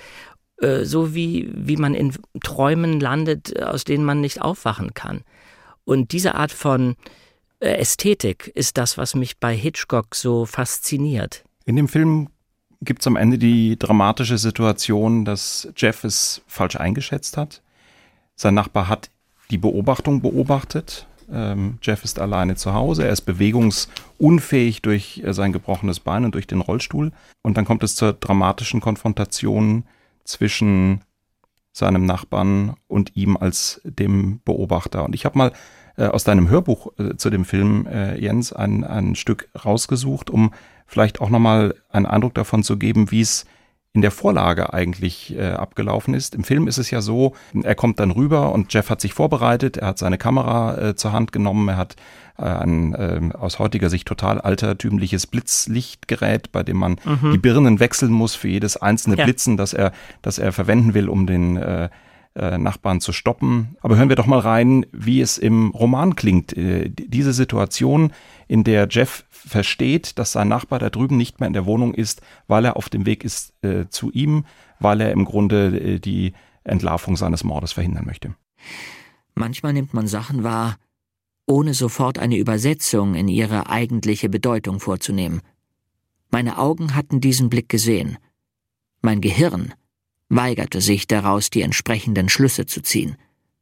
D: So wie man in Träumen landet, aus denen man nicht aufwachen kann. Und diese Art von Ästhetik ist das, was mich bei Hitchcock so fasziniert.
B: In dem Film gibt es am Ende die dramatische Situation, dass Jeff es falsch eingeschätzt hat. Sein Nachbar hat die Beobachtung beobachtet. Jeff ist alleine zu Hause. Er ist bewegungsunfähig durch sein gebrochenes Bein und durch den Rollstuhl. Und dann kommt es zur dramatischen Konfrontation zwischen seinem Nachbarn und ihm als dem Beobachter. Und ich habe mal aus deinem Hörbuch zu dem Film, Jens, ein Stück rausgesucht, um vielleicht auch nochmal einen Eindruck davon zu geben, wie es in der Vorlage eigentlich abgelaufen ist. Im Film ist es ja so, er kommt dann rüber und Jeff hat sich vorbereitet, er hat seine Kamera zur Hand genommen, er hat ein aus heutiger Sicht total altertümliches Blitzlichtgerät, bei dem man die Birnen wechseln muss für jedes einzelne Blitzen, das er verwenden will, um den Nachbarn zu stoppen. Aber hören wir doch mal rein, wie es im Roman klingt. Diese Situation, in der Jeff versteht, dass sein Nachbar da drüben nicht mehr in der Wohnung ist, weil er auf dem Weg ist zu ihm, weil er im Grunde die Entlarvung seines Mordes verhindern möchte.
J: Manchmal nimmt man Sachen wahr, ohne sofort eine Übersetzung in ihre eigentliche Bedeutung vorzunehmen. Meine Augen hatten diesen Blick gesehen. Mein Gehirn weigerte sich daraus, die entsprechenden Schlüsse zu ziehen.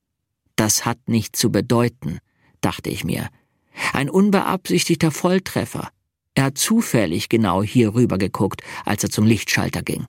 J: Das hat nicht zu bedeuten, dachte ich mir. Ein unbeabsichtigter Volltreffer. Er hat zufällig genau hier rüber geguckt, als er zum Lichtschalter ging.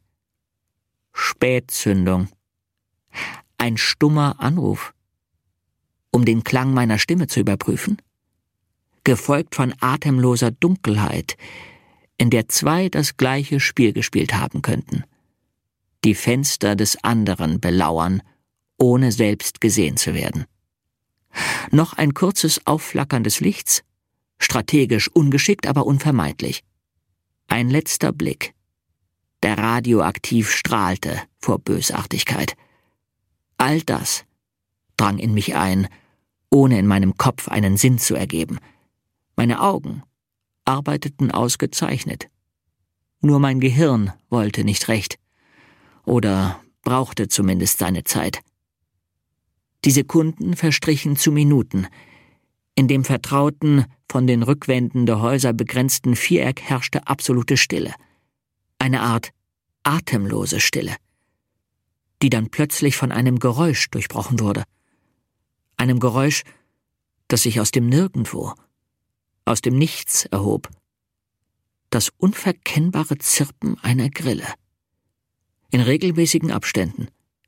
J: Spätzündung. Ein stummer Anruf. Um den Klang meiner Stimme zu überprüfen? Gefolgt von atemloser Dunkelheit, in der zwei das gleiche Spiel gespielt haben könnten. Die Fenster des anderen belauern, ohne selbst gesehen zu werden. Noch ein kurzes Aufflackern des Lichts, strategisch ungeschickt, aber unvermeidlich. Ein letzter Blick, der radioaktiv strahlte vor Bösartigkeit. All das drang in mich ein, ohne in meinem Kopf einen Sinn zu ergeben. Meine Augen arbeiteten ausgezeichnet. Nur mein Gehirn wollte nicht recht. Oder brauchte zumindest seine Zeit. Die Sekunden verstrichen zu Minuten. In dem vertrauten, von den Rückwänden der Häuser begrenzten Viereck herrschte absolute Stille. Eine Art atemlose Stille, die dann plötzlich von einem Geräusch durchbrochen wurde. Einem Geräusch, das sich aus dem Nirgendwo, aus dem Nichts erhob. Das unverkennbare Zirpen einer Grille. In regelmäßigen Abständen.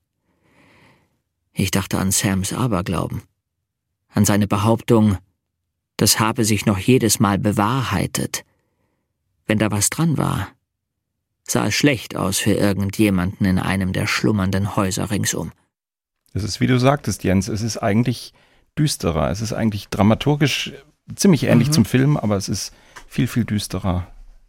J: Ich dachte an Sams Aberglauben, an seine Behauptung, das habe sich noch jedes Mal bewahrheitet. Wenn da was dran war, sah es schlecht aus für irgendjemanden in einem der schlummernden Häuser ringsum.
B: Es ist, wie du sagtest, Jens, es ist eigentlich düsterer. Es ist eigentlich dramaturgisch ziemlich ähnlich zum Film, aber es ist viel, viel düsterer.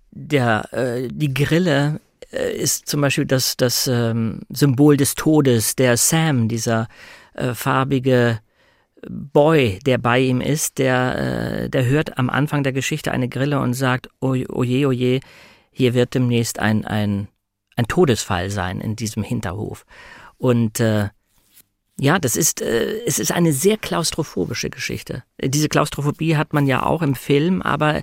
D: Die Grille ist zum Beispiel das Symbol des Todes. Der Sam, dieser farbige Boy, der bei ihm ist, der hört am Anfang der Geschichte eine Grille und sagt, oje, oje, hier wird demnächst ein Todesfall sein in diesem Hinterhof. Und es ist eine sehr klaustrophobische Geschichte. Diese Klaustrophobie hat man ja auch im Film, aber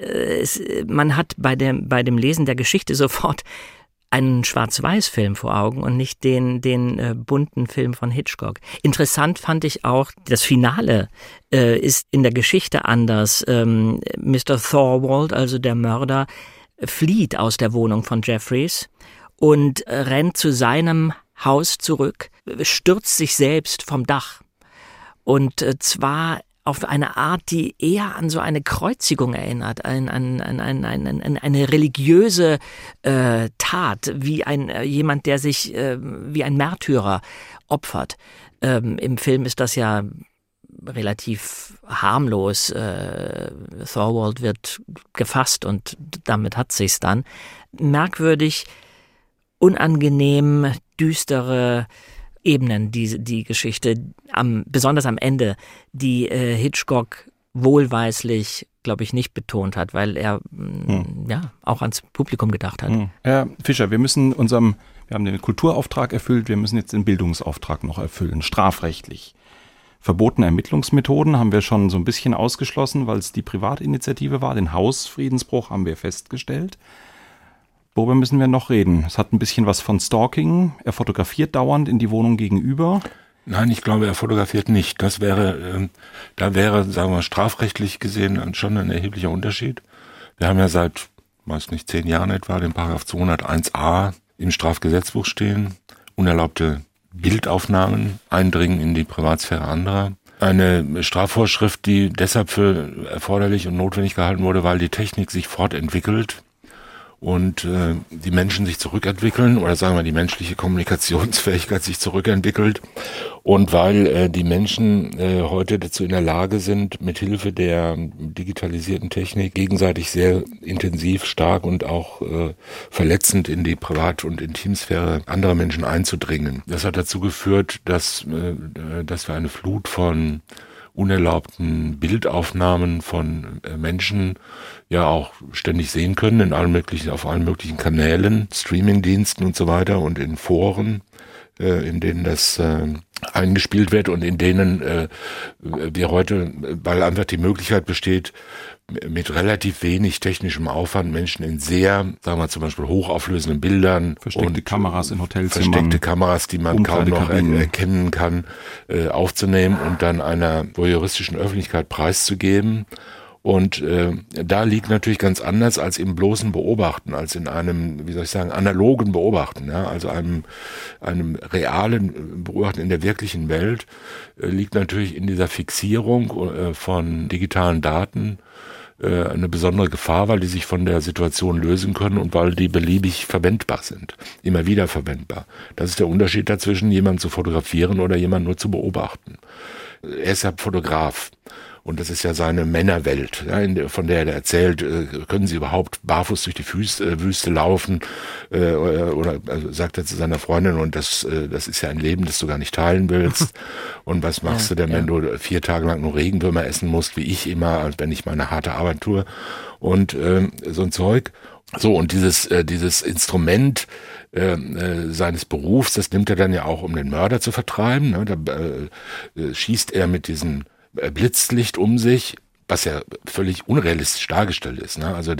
D: man hat bei dem Lesen der Geschichte sofort einen Schwarz-Weiß-Film vor Augen und nicht den bunten Film von Hitchcock. Interessant fand ich auch, das Finale ist in der Geschichte anders. Mr. Thorwald, also der Mörder, flieht aus der Wohnung von Jeffries und rennt zu seinem Haus zurück, stürzt sich selbst vom Dach. Und zwar auf eine Art, die eher an so eine Kreuzigung erinnert, an eine religiöse Tat, wie jemand, der sich wie ein Märtyrer opfert. Im Film ist das ja relativ harmlos. Thorwald wird gefasst und damit hat sich's dann. Merkwürdig, unangenehm, düstere Ebenen, die Geschichte, besonders am Ende, die Hitchcock wohlweislich, glaube ich, nicht betont hat, weil er auch ans Publikum gedacht hat.
B: Herr Fischer, wir haben den Kulturauftrag erfüllt, wir müssen jetzt den Bildungsauftrag noch erfüllen, strafrechtlich. Verbotene Ermittlungsmethoden haben wir schon so ein bisschen ausgeschlossen, weil es die Privatinitiative war. Den Hausfriedensbruch haben wir festgestellt. Worüber müssen wir noch reden? Es hat ein bisschen was von Stalking. Er fotografiert dauernd in die Wohnung gegenüber.
C: Nein, ich glaube, er fotografiert nicht. Da wäre, sagen wir, strafrechtlich gesehen schon ein erheblicher Unterschied. Wir haben ja seit, 10 Jahren etwa, den Paragraph 201a im Strafgesetzbuch stehen. Unerlaubte Bildaufnahmen, Eindringen in die Privatsphäre anderer. Eine Strafvorschrift, die deshalb für erforderlich und notwendig gehalten wurde, weil die Technik sich fortentwickelt und die Menschen sich zurückentwickeln, oder sagen wir die menschliche Kommunikationsfähigkeit sich zurückentwickelt, und weil die Menschen heute dazu in der Lage sind, mithilfe der digitalisierten Technik gegenseitig sehr intensiv, stark und auch verletzend in die Privat- und Intimsphäre anderer Menschen einzudringen. Das hat dazu geführt, dass wir eine Flut von unerlaubten Bildaufnahmen von Menschen ja auch ständig sehen können auf allen möglichen Kanälen, Streamingdiensten und so weiter und in Foren, in denen das eingespielt wird und in denen wir heute, weil einfach die Möglichkeit besteht, mit relativ wenig technischem Aufwand Menschen in sehr, sagen wir zum Beispiel hochauflösenden Bildern,
B: versteckte Kameras in Hotelzimmern,
C: versteckte Kameras, die man kaum noch erkennen kann, aufzunehmen und dann einer voyeuristischen Öffentlichkeit preiszugeben. Und da liegt natürlich ganz anders als im bloßen Beobachten, als in einem, analogen Beobachten, ja, also einem realen Beobachten in der wirklichen Welt, liegt natürlich in dieser Fixierung von digitalen Daten eine besondere Gefahr, weil die sich von der Situation lösen können und weil die beliebig verwendbar sind, immer wieder verwendbar. Das ist der Unterschied dazwischen, jemanden zu fotografieren oder jemanden nur zu beobachten. Er ist ja Fotograf. Und das ist ja seine Männerwelt, ja, von der er erzählt, können sie überhaupt barfuß durch die Wüste laufen, oder also sagt er zu seiner Freundin, und das ist ja ein Leben, das du gar nicht teilen willst. Und was machst du denn, wenn du 4 Tage lang nur Regenwürmer essen musst, wie ich immer, wenn ich meine harte Arbeit tue und so ein Zeug. So, und dieses Instrument seines Berufs, das nimmt er dann ja auch, um den Mörder zu vertreiben. Ne? Da schießt er mit diesem Blitzlicht um sich, was ja völlig unrealistisch dargestellt ist. Ne? Also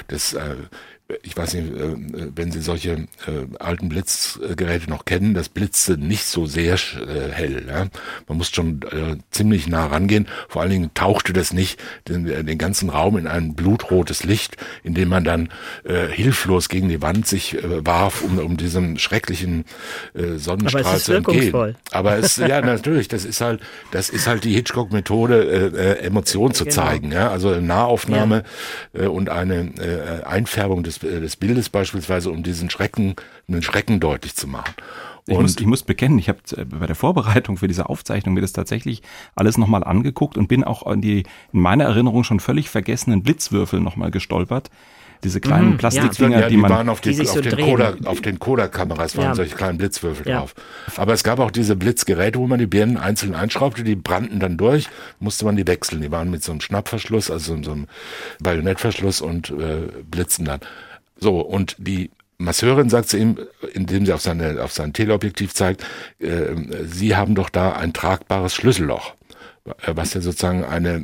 C: ich weiß nicht, wenn Sie solche alten Blitzgeräte noch kennen, das blitzte nicht so sehr hell. Ja? Man muss schon ziemlich nah rangehen. Vor allen Dingen tauchte das nicht den ganzen Raum in ein blutrotes Licht, in dem man dann hilflos gegen die Wand sich warf, um diesem schrecklichen Sonnenstrahl zu entgehen. Aber es ja natürlich, das ist halt die Hitchcock-Methode, Emotionen zu zeigen. Ja? Also eine Nahaufnahme und eine Einfärbung des Bildes beispielsweise, um den Schrecken deutlich zu machen.
B: Ich muss bekennen, ich habe bei der Vorbereitung für diese Aufzeichnung mir das tatsächlich alles nochmal angeguckt und bin auch in meiner Erinnerung schon völlig vergessenen Blitzwürfel nochmal gestolpert. Diese kleinen Plastikdinger, die man...
C: waren auf den Kodak-Kameras waren solche kleinen Blitzwürfel drauf. Aber es gab auch diese Blitzgeräte, wo man die Birnen einzeln einschraubte, die brannten dann durch, musste man die wechseln. Die waren mit so einem Schnappverschluss, also so einem Bajonettverschluss und blitzten dann. So, und die Masseurin sagt zu ihm, indem sie auf sein Teleobjektiv zeigt, Sie haben doch da ein tragbares Schlüsselloch, was ja sozusagen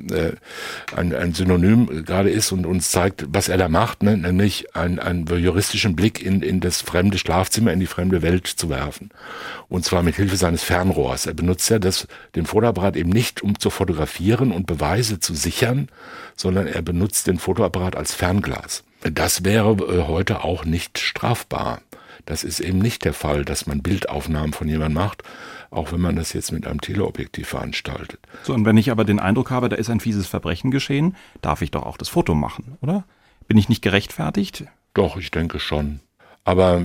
C: ein Synonym gerade ist und uns zeigt, was er da macht, ne? Nämlich einen voyeuristischen Blick in das fremde Schlafzimmer, in die fremde Welt zu werfen. Und zwar mit Hilfe seines Fernrohrs. Er benutzt ja den Fotoapparat eben nicht, um zu fotografieren und Beweise zu sichern, sondern er benutzt den Fotoapparat als Fernglas. Das wäre heute auch nicht strafbar. Das ist eben nicht der Fall, dass man Bildaufnahmen von jemandem macht, auch wenn man das jetzt mit einem Teleobjektiv veranstaltet.
B: So, und wenn ich aber den Eindruck habe, da ist ein fieses Verbrechen geschehen, darf ich doch auch das Foto machen, oder? Bin ich nicht gerechtfertigt?
C: Doch, ich denke schon. Aber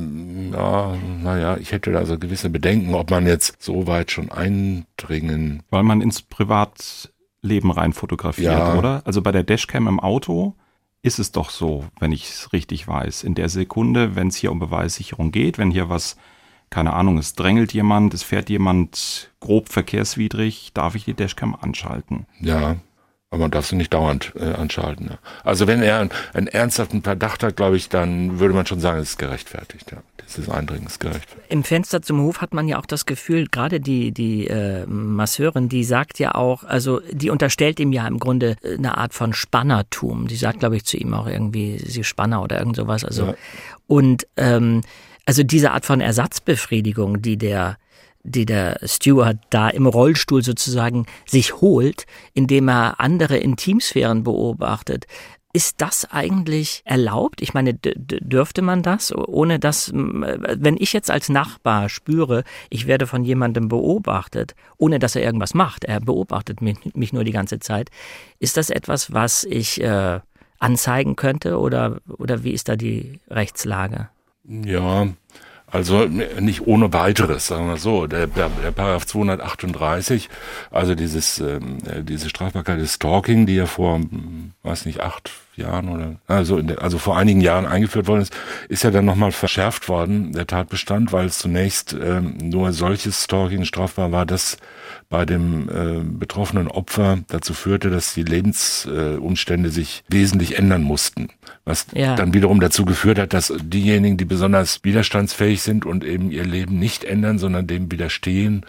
C: ich hätte da so gewisse Bedenken, ob man jetzt so weit schon eindringen...
B: Weil man ins Privatleben rein fotografiert, oder? Also bei der Dashcam im Auto ist es doch so, wenn ich es richtig weiß. In der Sekunde, wenn es hier um Beweissicherung geht, wenn hier was, keine Ahnung, es drängelt jemand, es fährt jemand grob verkehrswidrig, darf ich die Dashcam anschalten.
C: Ja, aber man darf sie nicht dauernd anschalten. Ja. Also wenn er einen ernsthaften Verdacht hat, glaube ich, dann würde man schon sagen, es ist gerechtfertigt. Ja. Dieses Eindringen ist gerechtfertigt.
D: Im Fenster zum Hof hat man ja auch das Gefühl, gerade die Masseurin, die sagt ja auch, also die unterstellt ihm ja im Grunde eine Art von Spannertum. Die sagt, glaube ich, zu ihm auch irgendwie, sie Spanner oder irgend sowas. Also ja. Und also diese Art von Ersatzbefriedigung, die der Stewart da im Rollstuhl sozusagen sich holt, indem er andere Intimsphären beobachtet. Ist das eigentlich erlaubt? Ich meine, dürfte man das, ohne dass, wenn ich jetzt als Nachbar spüre, ich werde von jemandem beobachtet, ohne dass er irgendwas macht, er beobachtet mich nur die ganze Zeit, ist das etwas, was ich anzeigen könnte oder wie ist da die Rechtslage?
C: Ja, also nicht ohne weiteres, sagen wir so. Der Paragraph 238, also diese Strafbarkeit des Stalking, die ja vor, 8 Jahren oder also vor einigen Jahren eingeführt worden ist ja dann nochmal verschärft worden, der Tatbestand, weil es zunächst nur solches Stalking strafbar war, das bei dem betroffenen Opfer dazu führte, dass die Lebensumstände sich wesentlich ändern mussten. Was dann wiederum dazu geführt hat, dass diejenigen, die besonders widerstandsfähig sind und eben ihr Leben nicht ändern, sondern dem widerstehen,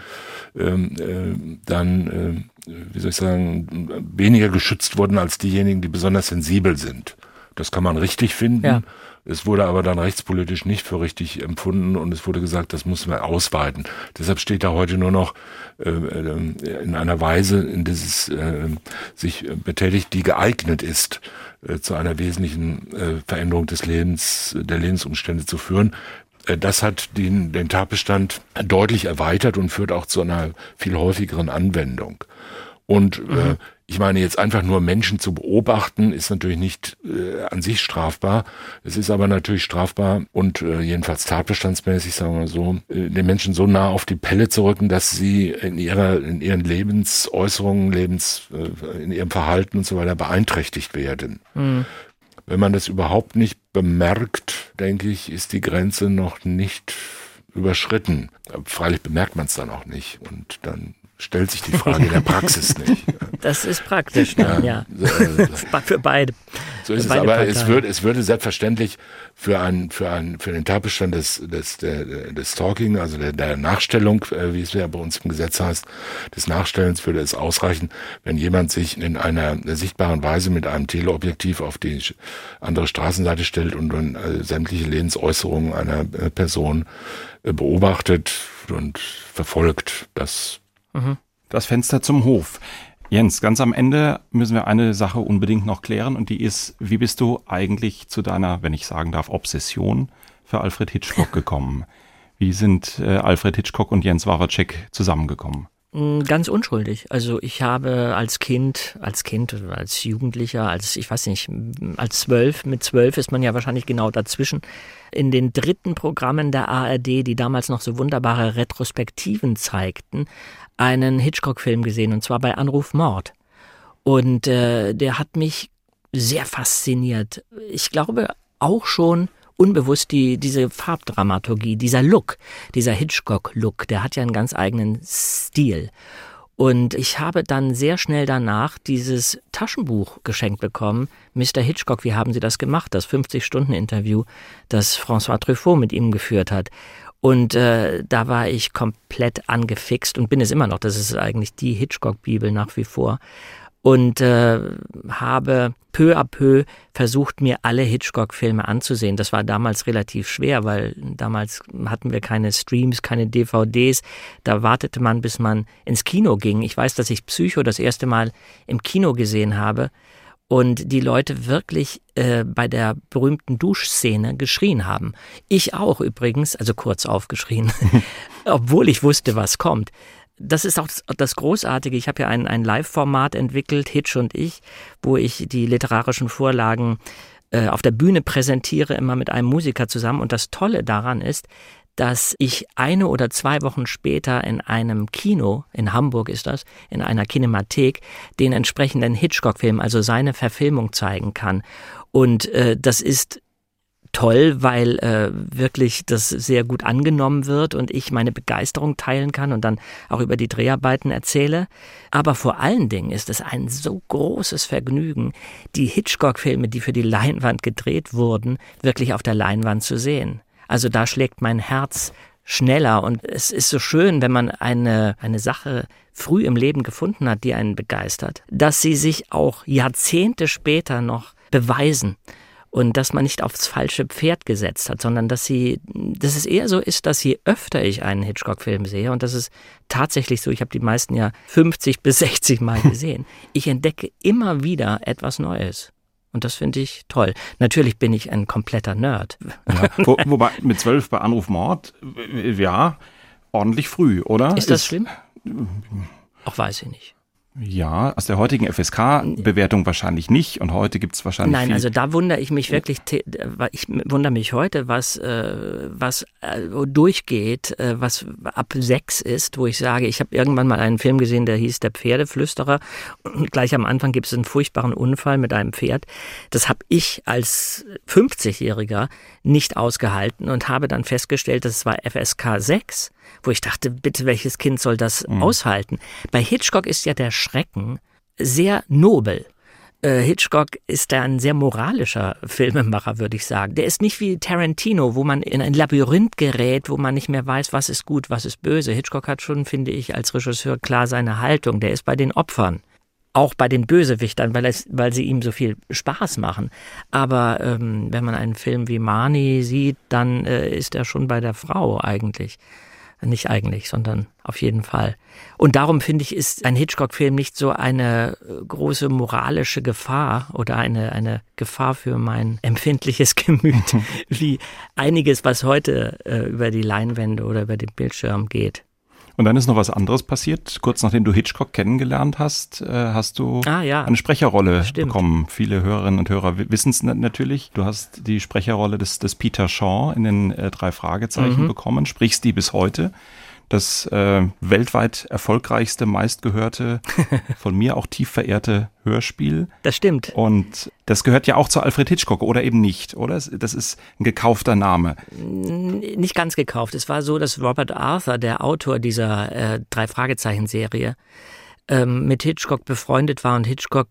C: dann weniger geschützt wurden als diejenigen, die besonders sensibel sind. Das kann man richtig finden. Ja. Es wurde aber dann rechtspolitisch nicht für richtig empfunden und es wurde gesagt, das muss man ausweiten. Deshalb steht da heute nur noch in einer Weise, in dieses sich betätigt, die geeignet ist, zu einer wesentlichen Veränderung des Lebens, der Lebensumstände zu führen. Das hat den Tatbestand deutlich erweitert und führt auch zu einer viel häufigeren Anwendung. Und Ich meine, jetzt einfach nur Menschen zu beobachten, ist natürlich nicht an sich strafbar. Es ist aber natürlich strafbar und jedenfalls tatbestandsmäßig, sagen wir so, den Menschen so nah auf die Pelle zu rücken, dass sie in ihren Lebensäußerungen, in ihrem Verhalten und so weiter beeinträchtigt werden. Mhm. Wenn man das überhaupt nicht bemerkt, denke ich, ist die Grenze noch nicht überschritten. Freilich bemerkt man es dann auch nicht und dann stellt sich die Frage der Praxis nicht.
D: Das ist praktisch, ja. Für beide.
C: So ist es, aber es würde selbstverständlich für den Tatbestand des Stalking, also der Nachstellung, wie es ja bei uns im Gesetz heißt, des Nachstellens, würde es ausreichen, wenn jemand sich in einer sichtbaren Weise mit einem Teleobjektiv auf die andere Straßenseite stellt und dann sämtliche Lebensäußerungen einer Person beobachtet und verfolgt.
B: Das Fenster zum Hof. Jens, ganz am Ende müssen wir eine Sache unbedingt noch klären und die ist, wie bist du eigentlich zu deiner, wenn ich sagen darf, Obsession für Alfred Hitchcock gekommen? Wie sind Alfred Hitchcock und Jens Wawrczeck zusammengekommen?
D: Ganz unschuldig. Also ich habe als Kind oder als Jugendlicher, als 12, mit 12 ist man ja wahrscheinlich genau dazwischen, in den dritten Programmen der ARD, die damals noch so wunderbare Retrospektiven zeigten, einen Hitchcock-Film gesehen, und zwar bei Anruf Mord. Und der hat mich sehr fasziniert. Ich glaube auch schon unbewusst diese Farbdramaturgie, dieser Look, dieser Hitchcock-Look, der hat ja einen ganz eigenen Stil. Und ich habe dann sehr schnell danach dieses Taschenbuch geschenkt bekommen, Mr. Hitchcock, wie haben Sie das gemacht? Das 50-Stunden-Interview, das François Truffaut mit ihm geführt hat. Und da war ich komplett angefixt und bin es immer noch. Das ist eigentlich die Hitchcock-Bibel nach wie vor. Und habe peu à peu versucht, mir alle Hitchcock-Filme anzusehen. Das war damals relativ schwer, weil damals hatten wir keine Streams, keine DVDs. Da wartete man, bis man ins Kino ging. Ich weiß, dass ich Psycho das erste Mal im Kino gesehen habe und die Leute wirklich bei der berühmten Duschszene geschrien haben. Ich auch übrigens, also kurz aufgeschrien, obwohl ich wusste, was kommt. Das ist auch das Großartige. Ich habe ja ein Live-Format entwickelt, Hitch und ich, wo ich die literarischen Vorlagen auf der Bühne präsentiere, immer mit einem Musiker zusammen. Und das Tolle daran ist, dass ich 1 oder 2 Wochen später in einem Kino, in Hamburg ist das, in einer Kinemathek, den entsprechenden Hitchcock-Film, also seine Verfilmung zeigen kann. Und das ist toll, weil wirklich das sehr gut angenommen wird und ich meine Begeisterung teilen kann und dann auch über die Dreharbeiten erzähle. Aber vor allen Dingen ist es ein so großes Vergnügen, die Hitchcock-Filme, die für die Leinwand gedreht wurden, wirklich auf der Leinwand zu sehen. Also da schlägt mein Herz schneller und es ist so schön, wenn man eine Sache früh im Leben gefunden hat, die einen begeistert, dass sie sich auch Jahrzehnte später noch beweisen. Und dass man nicht aufs falsche Pferd gesetzt hat, sondern dass es eher so ist, dass je öfter ich einen Hitchcock-Film sehe, und das ist tatsächlich so, ich habe die meisten ja 50 bis 60 Mal gesehen, ich entdecke immer wieder etwas Neues. Und das finde ich toll. Natürlich bin ich ein kompletter Nerd.
B: Ja, wobei mit 12 bei Anruf Mord, ja, ordentlich früh, oder?
D: Ist das schlimm? Auch weiß ich nicht.
B: Ja, aus der heutigen FSK-Bewertung wahrscheinlich nicht und heute gibt's wahrscheinlich
D: Nein,
B: viel.
D: Also da wundere ich mich wirklich, ich wundere mich heute, was durchgeht, was ab 6 ist, wo ich sage, ich habe irgendwann mal einen Film gesehen, der hieß Der Pferdeflüsterer und gleich am Anfang gibt es einen furchtbaren Unfall mit einem Pferd. Das habe ich als 50-Jähriger nicht ausgehalten und habe dann festgestellt, das war FSK 6, wo ich dachte, bitte, welches Kind soll das aushalten? Bei Hitchcock ist ja der Schrecken sehr nobel. Hitchcock ist ein sehr moralischer Filmemacher, würde ich sagen. Der ist nicht wie Tarantino, wo man in ein Labyrinth gerät, wo man nicht mehr weiß, was ist gut, was ist böse. Hitchcock hat schon, finde ich, als Regisseur klar seine Haltung. Der ist bei den Opfern. Auch bei den Bösewichtern, weil sie ihm so viel Spaß machen. Aber wenn man einen Film wie Marnie sieht, dann ist er schon bei der Frau eigentlich. Nicht eigentlich, sondern auf jeden Fall. Und darum finde ich, ist ein Hitchcock-Film nicht so eine große moralische Gefahr oder eine Gefahr für mein empfindliches Gemüt, wie einiges, was heute über die Leinwände oder über den Bildschirm geht.
B: Und dann ist noch was anderes passiert. Kurz nachdem du Hitchcock kennengelernt hast, hast du eine Sprecherrolle bekommen. Viele Hörerinnen und Hörer wissen es natürlich. Du hast die Sprecherrolle des Peter Shaw in den 3 Fragezeichen bekommen, sprichst die bis heute. Das weltweit erfolgreichste, meistgehörte, von mir auch tief verehrte Hörspiel.
D: Das stimmt.
B: Und das gehört ja auch zu Alfred Hitchcock, oder eben nicht, oder? Das ist ein gekaufter Name.
D: Nicht ganz gekauft. Es war so, dass Robert Arthur, der Autor dieser 3 Fragezeichen-Serie, mit Hitchcock befreundet war und Hitchcock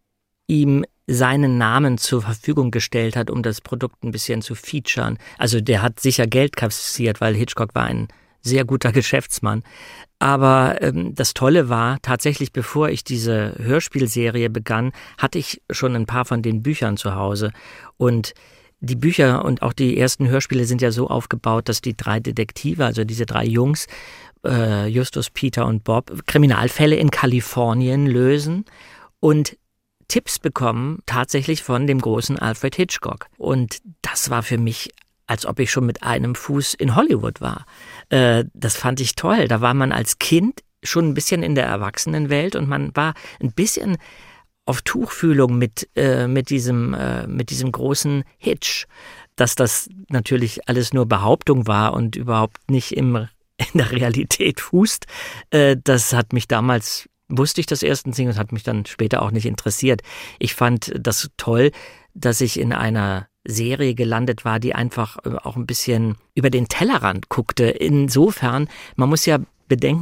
D: ihm seinen Namen zur Verfügung gestellt hat, um das Produkt ein bisschen zu featuren. Also der hat sicher Geld kassiert, weil Hitchcock war ein sehr guter Geschäftsmann. Aber das Tolle war, tatsächlich bevor ich diese Hörspielserie begann, hatte ich schon ein paar von den Büchern zu Hause. Und die Bücher und auch die ersten Hörspiele sind ja so aufgebaut, dass die 3 Detektive, also diese 3 Jungs, Justus, Peter und Bob, Kriminalfälle in Kalifornien lösen und Tipps bekommen tatsächlich von dem großen Alfred Hitchcock. Und das war für mich, als ob ich schon mit einem Fuß in Hollywood war. Das fand ich toll. Da war man als Kind schon ein bisschen in der Erwachsenenwelt und man war ein bisschen auf Tuchfühlung mit diesem großen Hitch. Dass das natürlich alles nur Behauptung war und überhaupt nicht in der Realität fußt, das hat mich damals, wusste ich das erstens nicht und hat mich dann später auch nicht interessiert. Ich fand das toll, dass ich in einer Serie gelandet war, die einfach auch ein bisschen über den Tellerrand guckte. Insofern, man muss ja bedenken,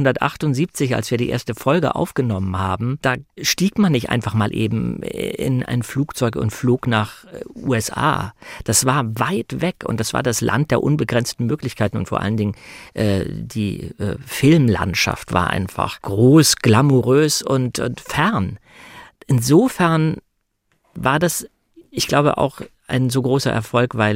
D: 1978, als wir die erste Folge aufgenommen haben, da stieg man nicht einfach mal eben in ein Flugzeug und flog nach USA. Das war weit weg und das war das Land der unbegrenzten Möglichkeiten und vor allen Dingen die Filmlandschaft war einfach groß, glamourös und fern. Insofern war das, ich glaube, auch ein so großer Erfolg, weil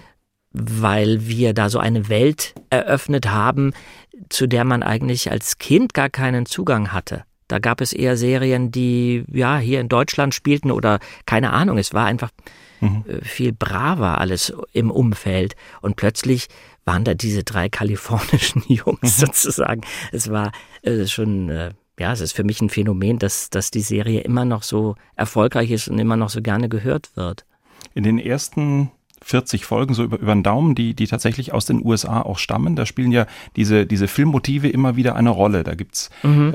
D: wir da so eine Welt eröffnet haben, zu der man eigentlich als Kind gar keinen Zugang hatte. Da gab es eher Serien, die ja hier in Deutschland spielten oder keine Ahnung, es war einfach viel braver alles im Umfeld und plötzlich waren da diese 3 kalifornischen Jungs sozusagen. Es war schon... es ist für mich ein Phänomen, dass die Serie immer noch so erfolgreich ist und immer noch so gerne gehört wird.
B: In den ersten 40 Folgen, so über den Daumen, die tatsächlich aus den USA auch stammen, da spielen ja diese Filmmotive immer wieder eine Rolle. Da gibt's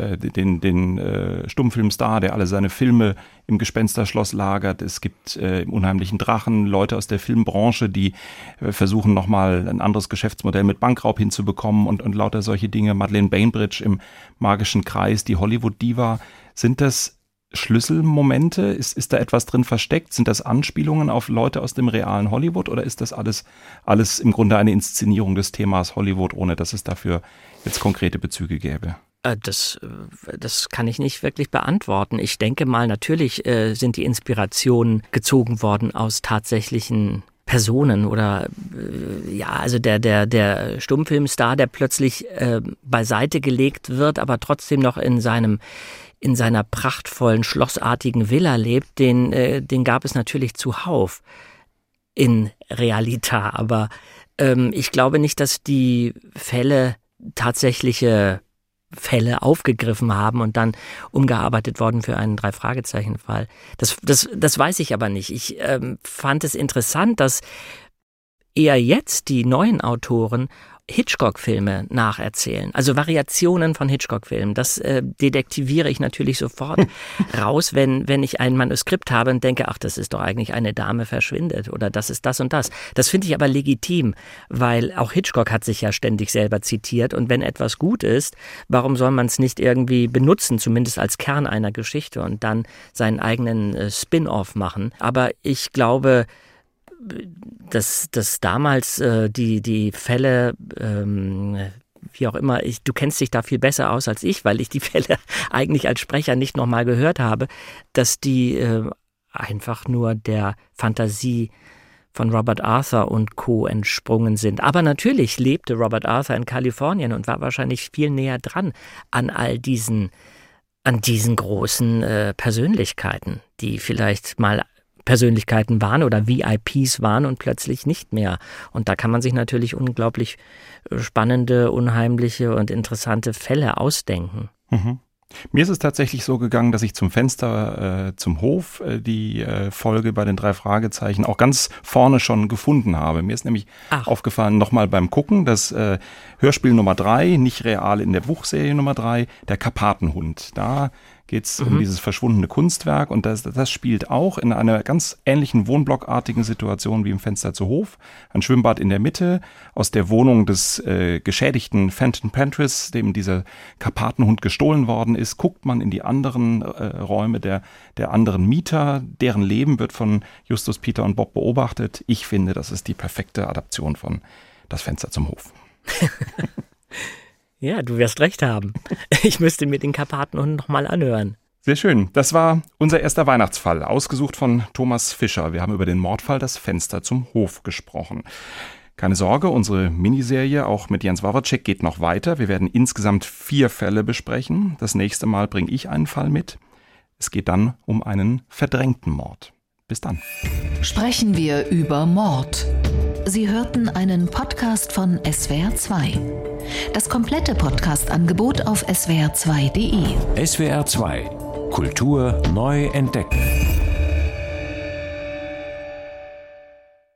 B: den Stummfilmstar, der alle seine Filme im Gespensterschloss lagert. Es gibt im Unheimlichen Drachen Leute aus der Filmbranche, die versuchen nochmal ein anderes Geschäftsmodell mit Bankraub hinzubekommen und lauter solche Dinge. Madeleine Bainbridge im Magischen Kreis, die Hollywood-Diva. Sind das Schlüsselmomente? Ist da etwas drin versteckt? Sind das Anspielungen auf Leute aus dem realen Hollywood oder ist das alles im Grunde eine Inszenierung des Themas Hollywood, ohne dass es dafür jetzt konkrete Bezüge gäbe?
D: Das kann ich nicht wirklich beantworten. Ich denke mal, natürlich sind die Inspirationen gezogen worden aus tatsächlichen Personen oder also der Stummfilmstar, der plötzlich beiseite gelegt wird, aber trotzdem noch in seiner prachtvollen, schlossartigen Villa lebt, den gab es natürlich zuhauf in Realita. Aber ich glaube nicht, dass die Fälle tatsächliche Fälle aufgegriffen haben und dann umgearbeitet worden für einen 3-Fragezeichen-Fall. Das weiß ich aber nicht. Ich fand es interessant, dass eher jetzt die neuen Autoren Hitchcock-Filme nacherzählen, also Variationen von Hitchcock-Filmen. Das detektiviere ich natürlich sofort raus, wenn ich ein Manuskript habe und denke, ach, das ist doch eigentlich eine Dame verschwindet oder das ist das und das. Das finde ich aber legitim, weil auch Hitchcock hat sich ja ständig selber zitiert und wenn etwas gut ist, warum soll man es nicht irgendwie benutzen, zumindest als Kern einer Geschichte und dann seinen eigenen Spin-off machen. Aber ich glaube, dass damals die Fälle, wie auch immer, du kennst dich da viel besser aus als ich, weil ich die Fälle eigentlich als Sprecher nicht nochmal gehört habe, dass die einfach nur der Fantasie von Robert Arthur und Co. entsprungen sind. Aber natürlich lebte Robert Arthur in Kalifornien und war wahrscheinlich viel näher dran an diesen großen Persönlichkeiten, die vielleicht mal Persönlichkeiten waren oder VIPs waren und plötzlich nicht mehr. Und da kann man sich natürlich unglaublich spannende, unheimliche und interessante Fälle ausdenken.
B: Mhm. Mir ist es tatsächlich so gegangen, dass ich zum Fenster zum Hof die Folge bei den 3 Fragezeichen auch ganz vorne schon gefunden habe. Mir ist nämlich aufgefallen, nochmal beim Gucken, das Hörspiel Nummer 3, nicht real in der Buchserie Nummer 3, der Karpatenhund. Da geht es um dieses verschwundene Kunstwerk und das spielt auch in einer ganz ähnlichen wohnblockartigen Situation wie im Fenster zu Hof. Ein Schwimmbad in der Mitte, aus der Wohnung des geschädigten Fenton Pentris, dem dieser Karpatenhund gestohlen worden ist, guckt man in die anderen Räume der anderen Mieter. Deren Leben wird von Justus, Peter und Bob beobachtet. Ich finde, das ist die perfekte Adaption von Das Fenster zum Hof.
D: Ja, du wirst recht haben. Ich müsste mir den Karpatenhund noch mal anhören.
B: Sehr schön. Das war unser erster Weihnachtsfall, ausgesucht von Thomas Fischer. Wir haben über den Mordfall Das Fenster zum Hof gesprochen. Keine Sorge, unsere Miniserie, auch mit Jens Wawrczeck, geht noch weiter. Wir werden insgesamt 4 Fälle besprechen. Das nächste Mal bringe ich einen Fall mit. Es geht dann um einen verdrängten Mord. Bis dann.
A: Sprechen wir über Mord. Sie hörten einen Podcast von SWR2. Das komplette Podcast-Angebot auf swr2.de.
K: SWR2 Kultur neu entdecken.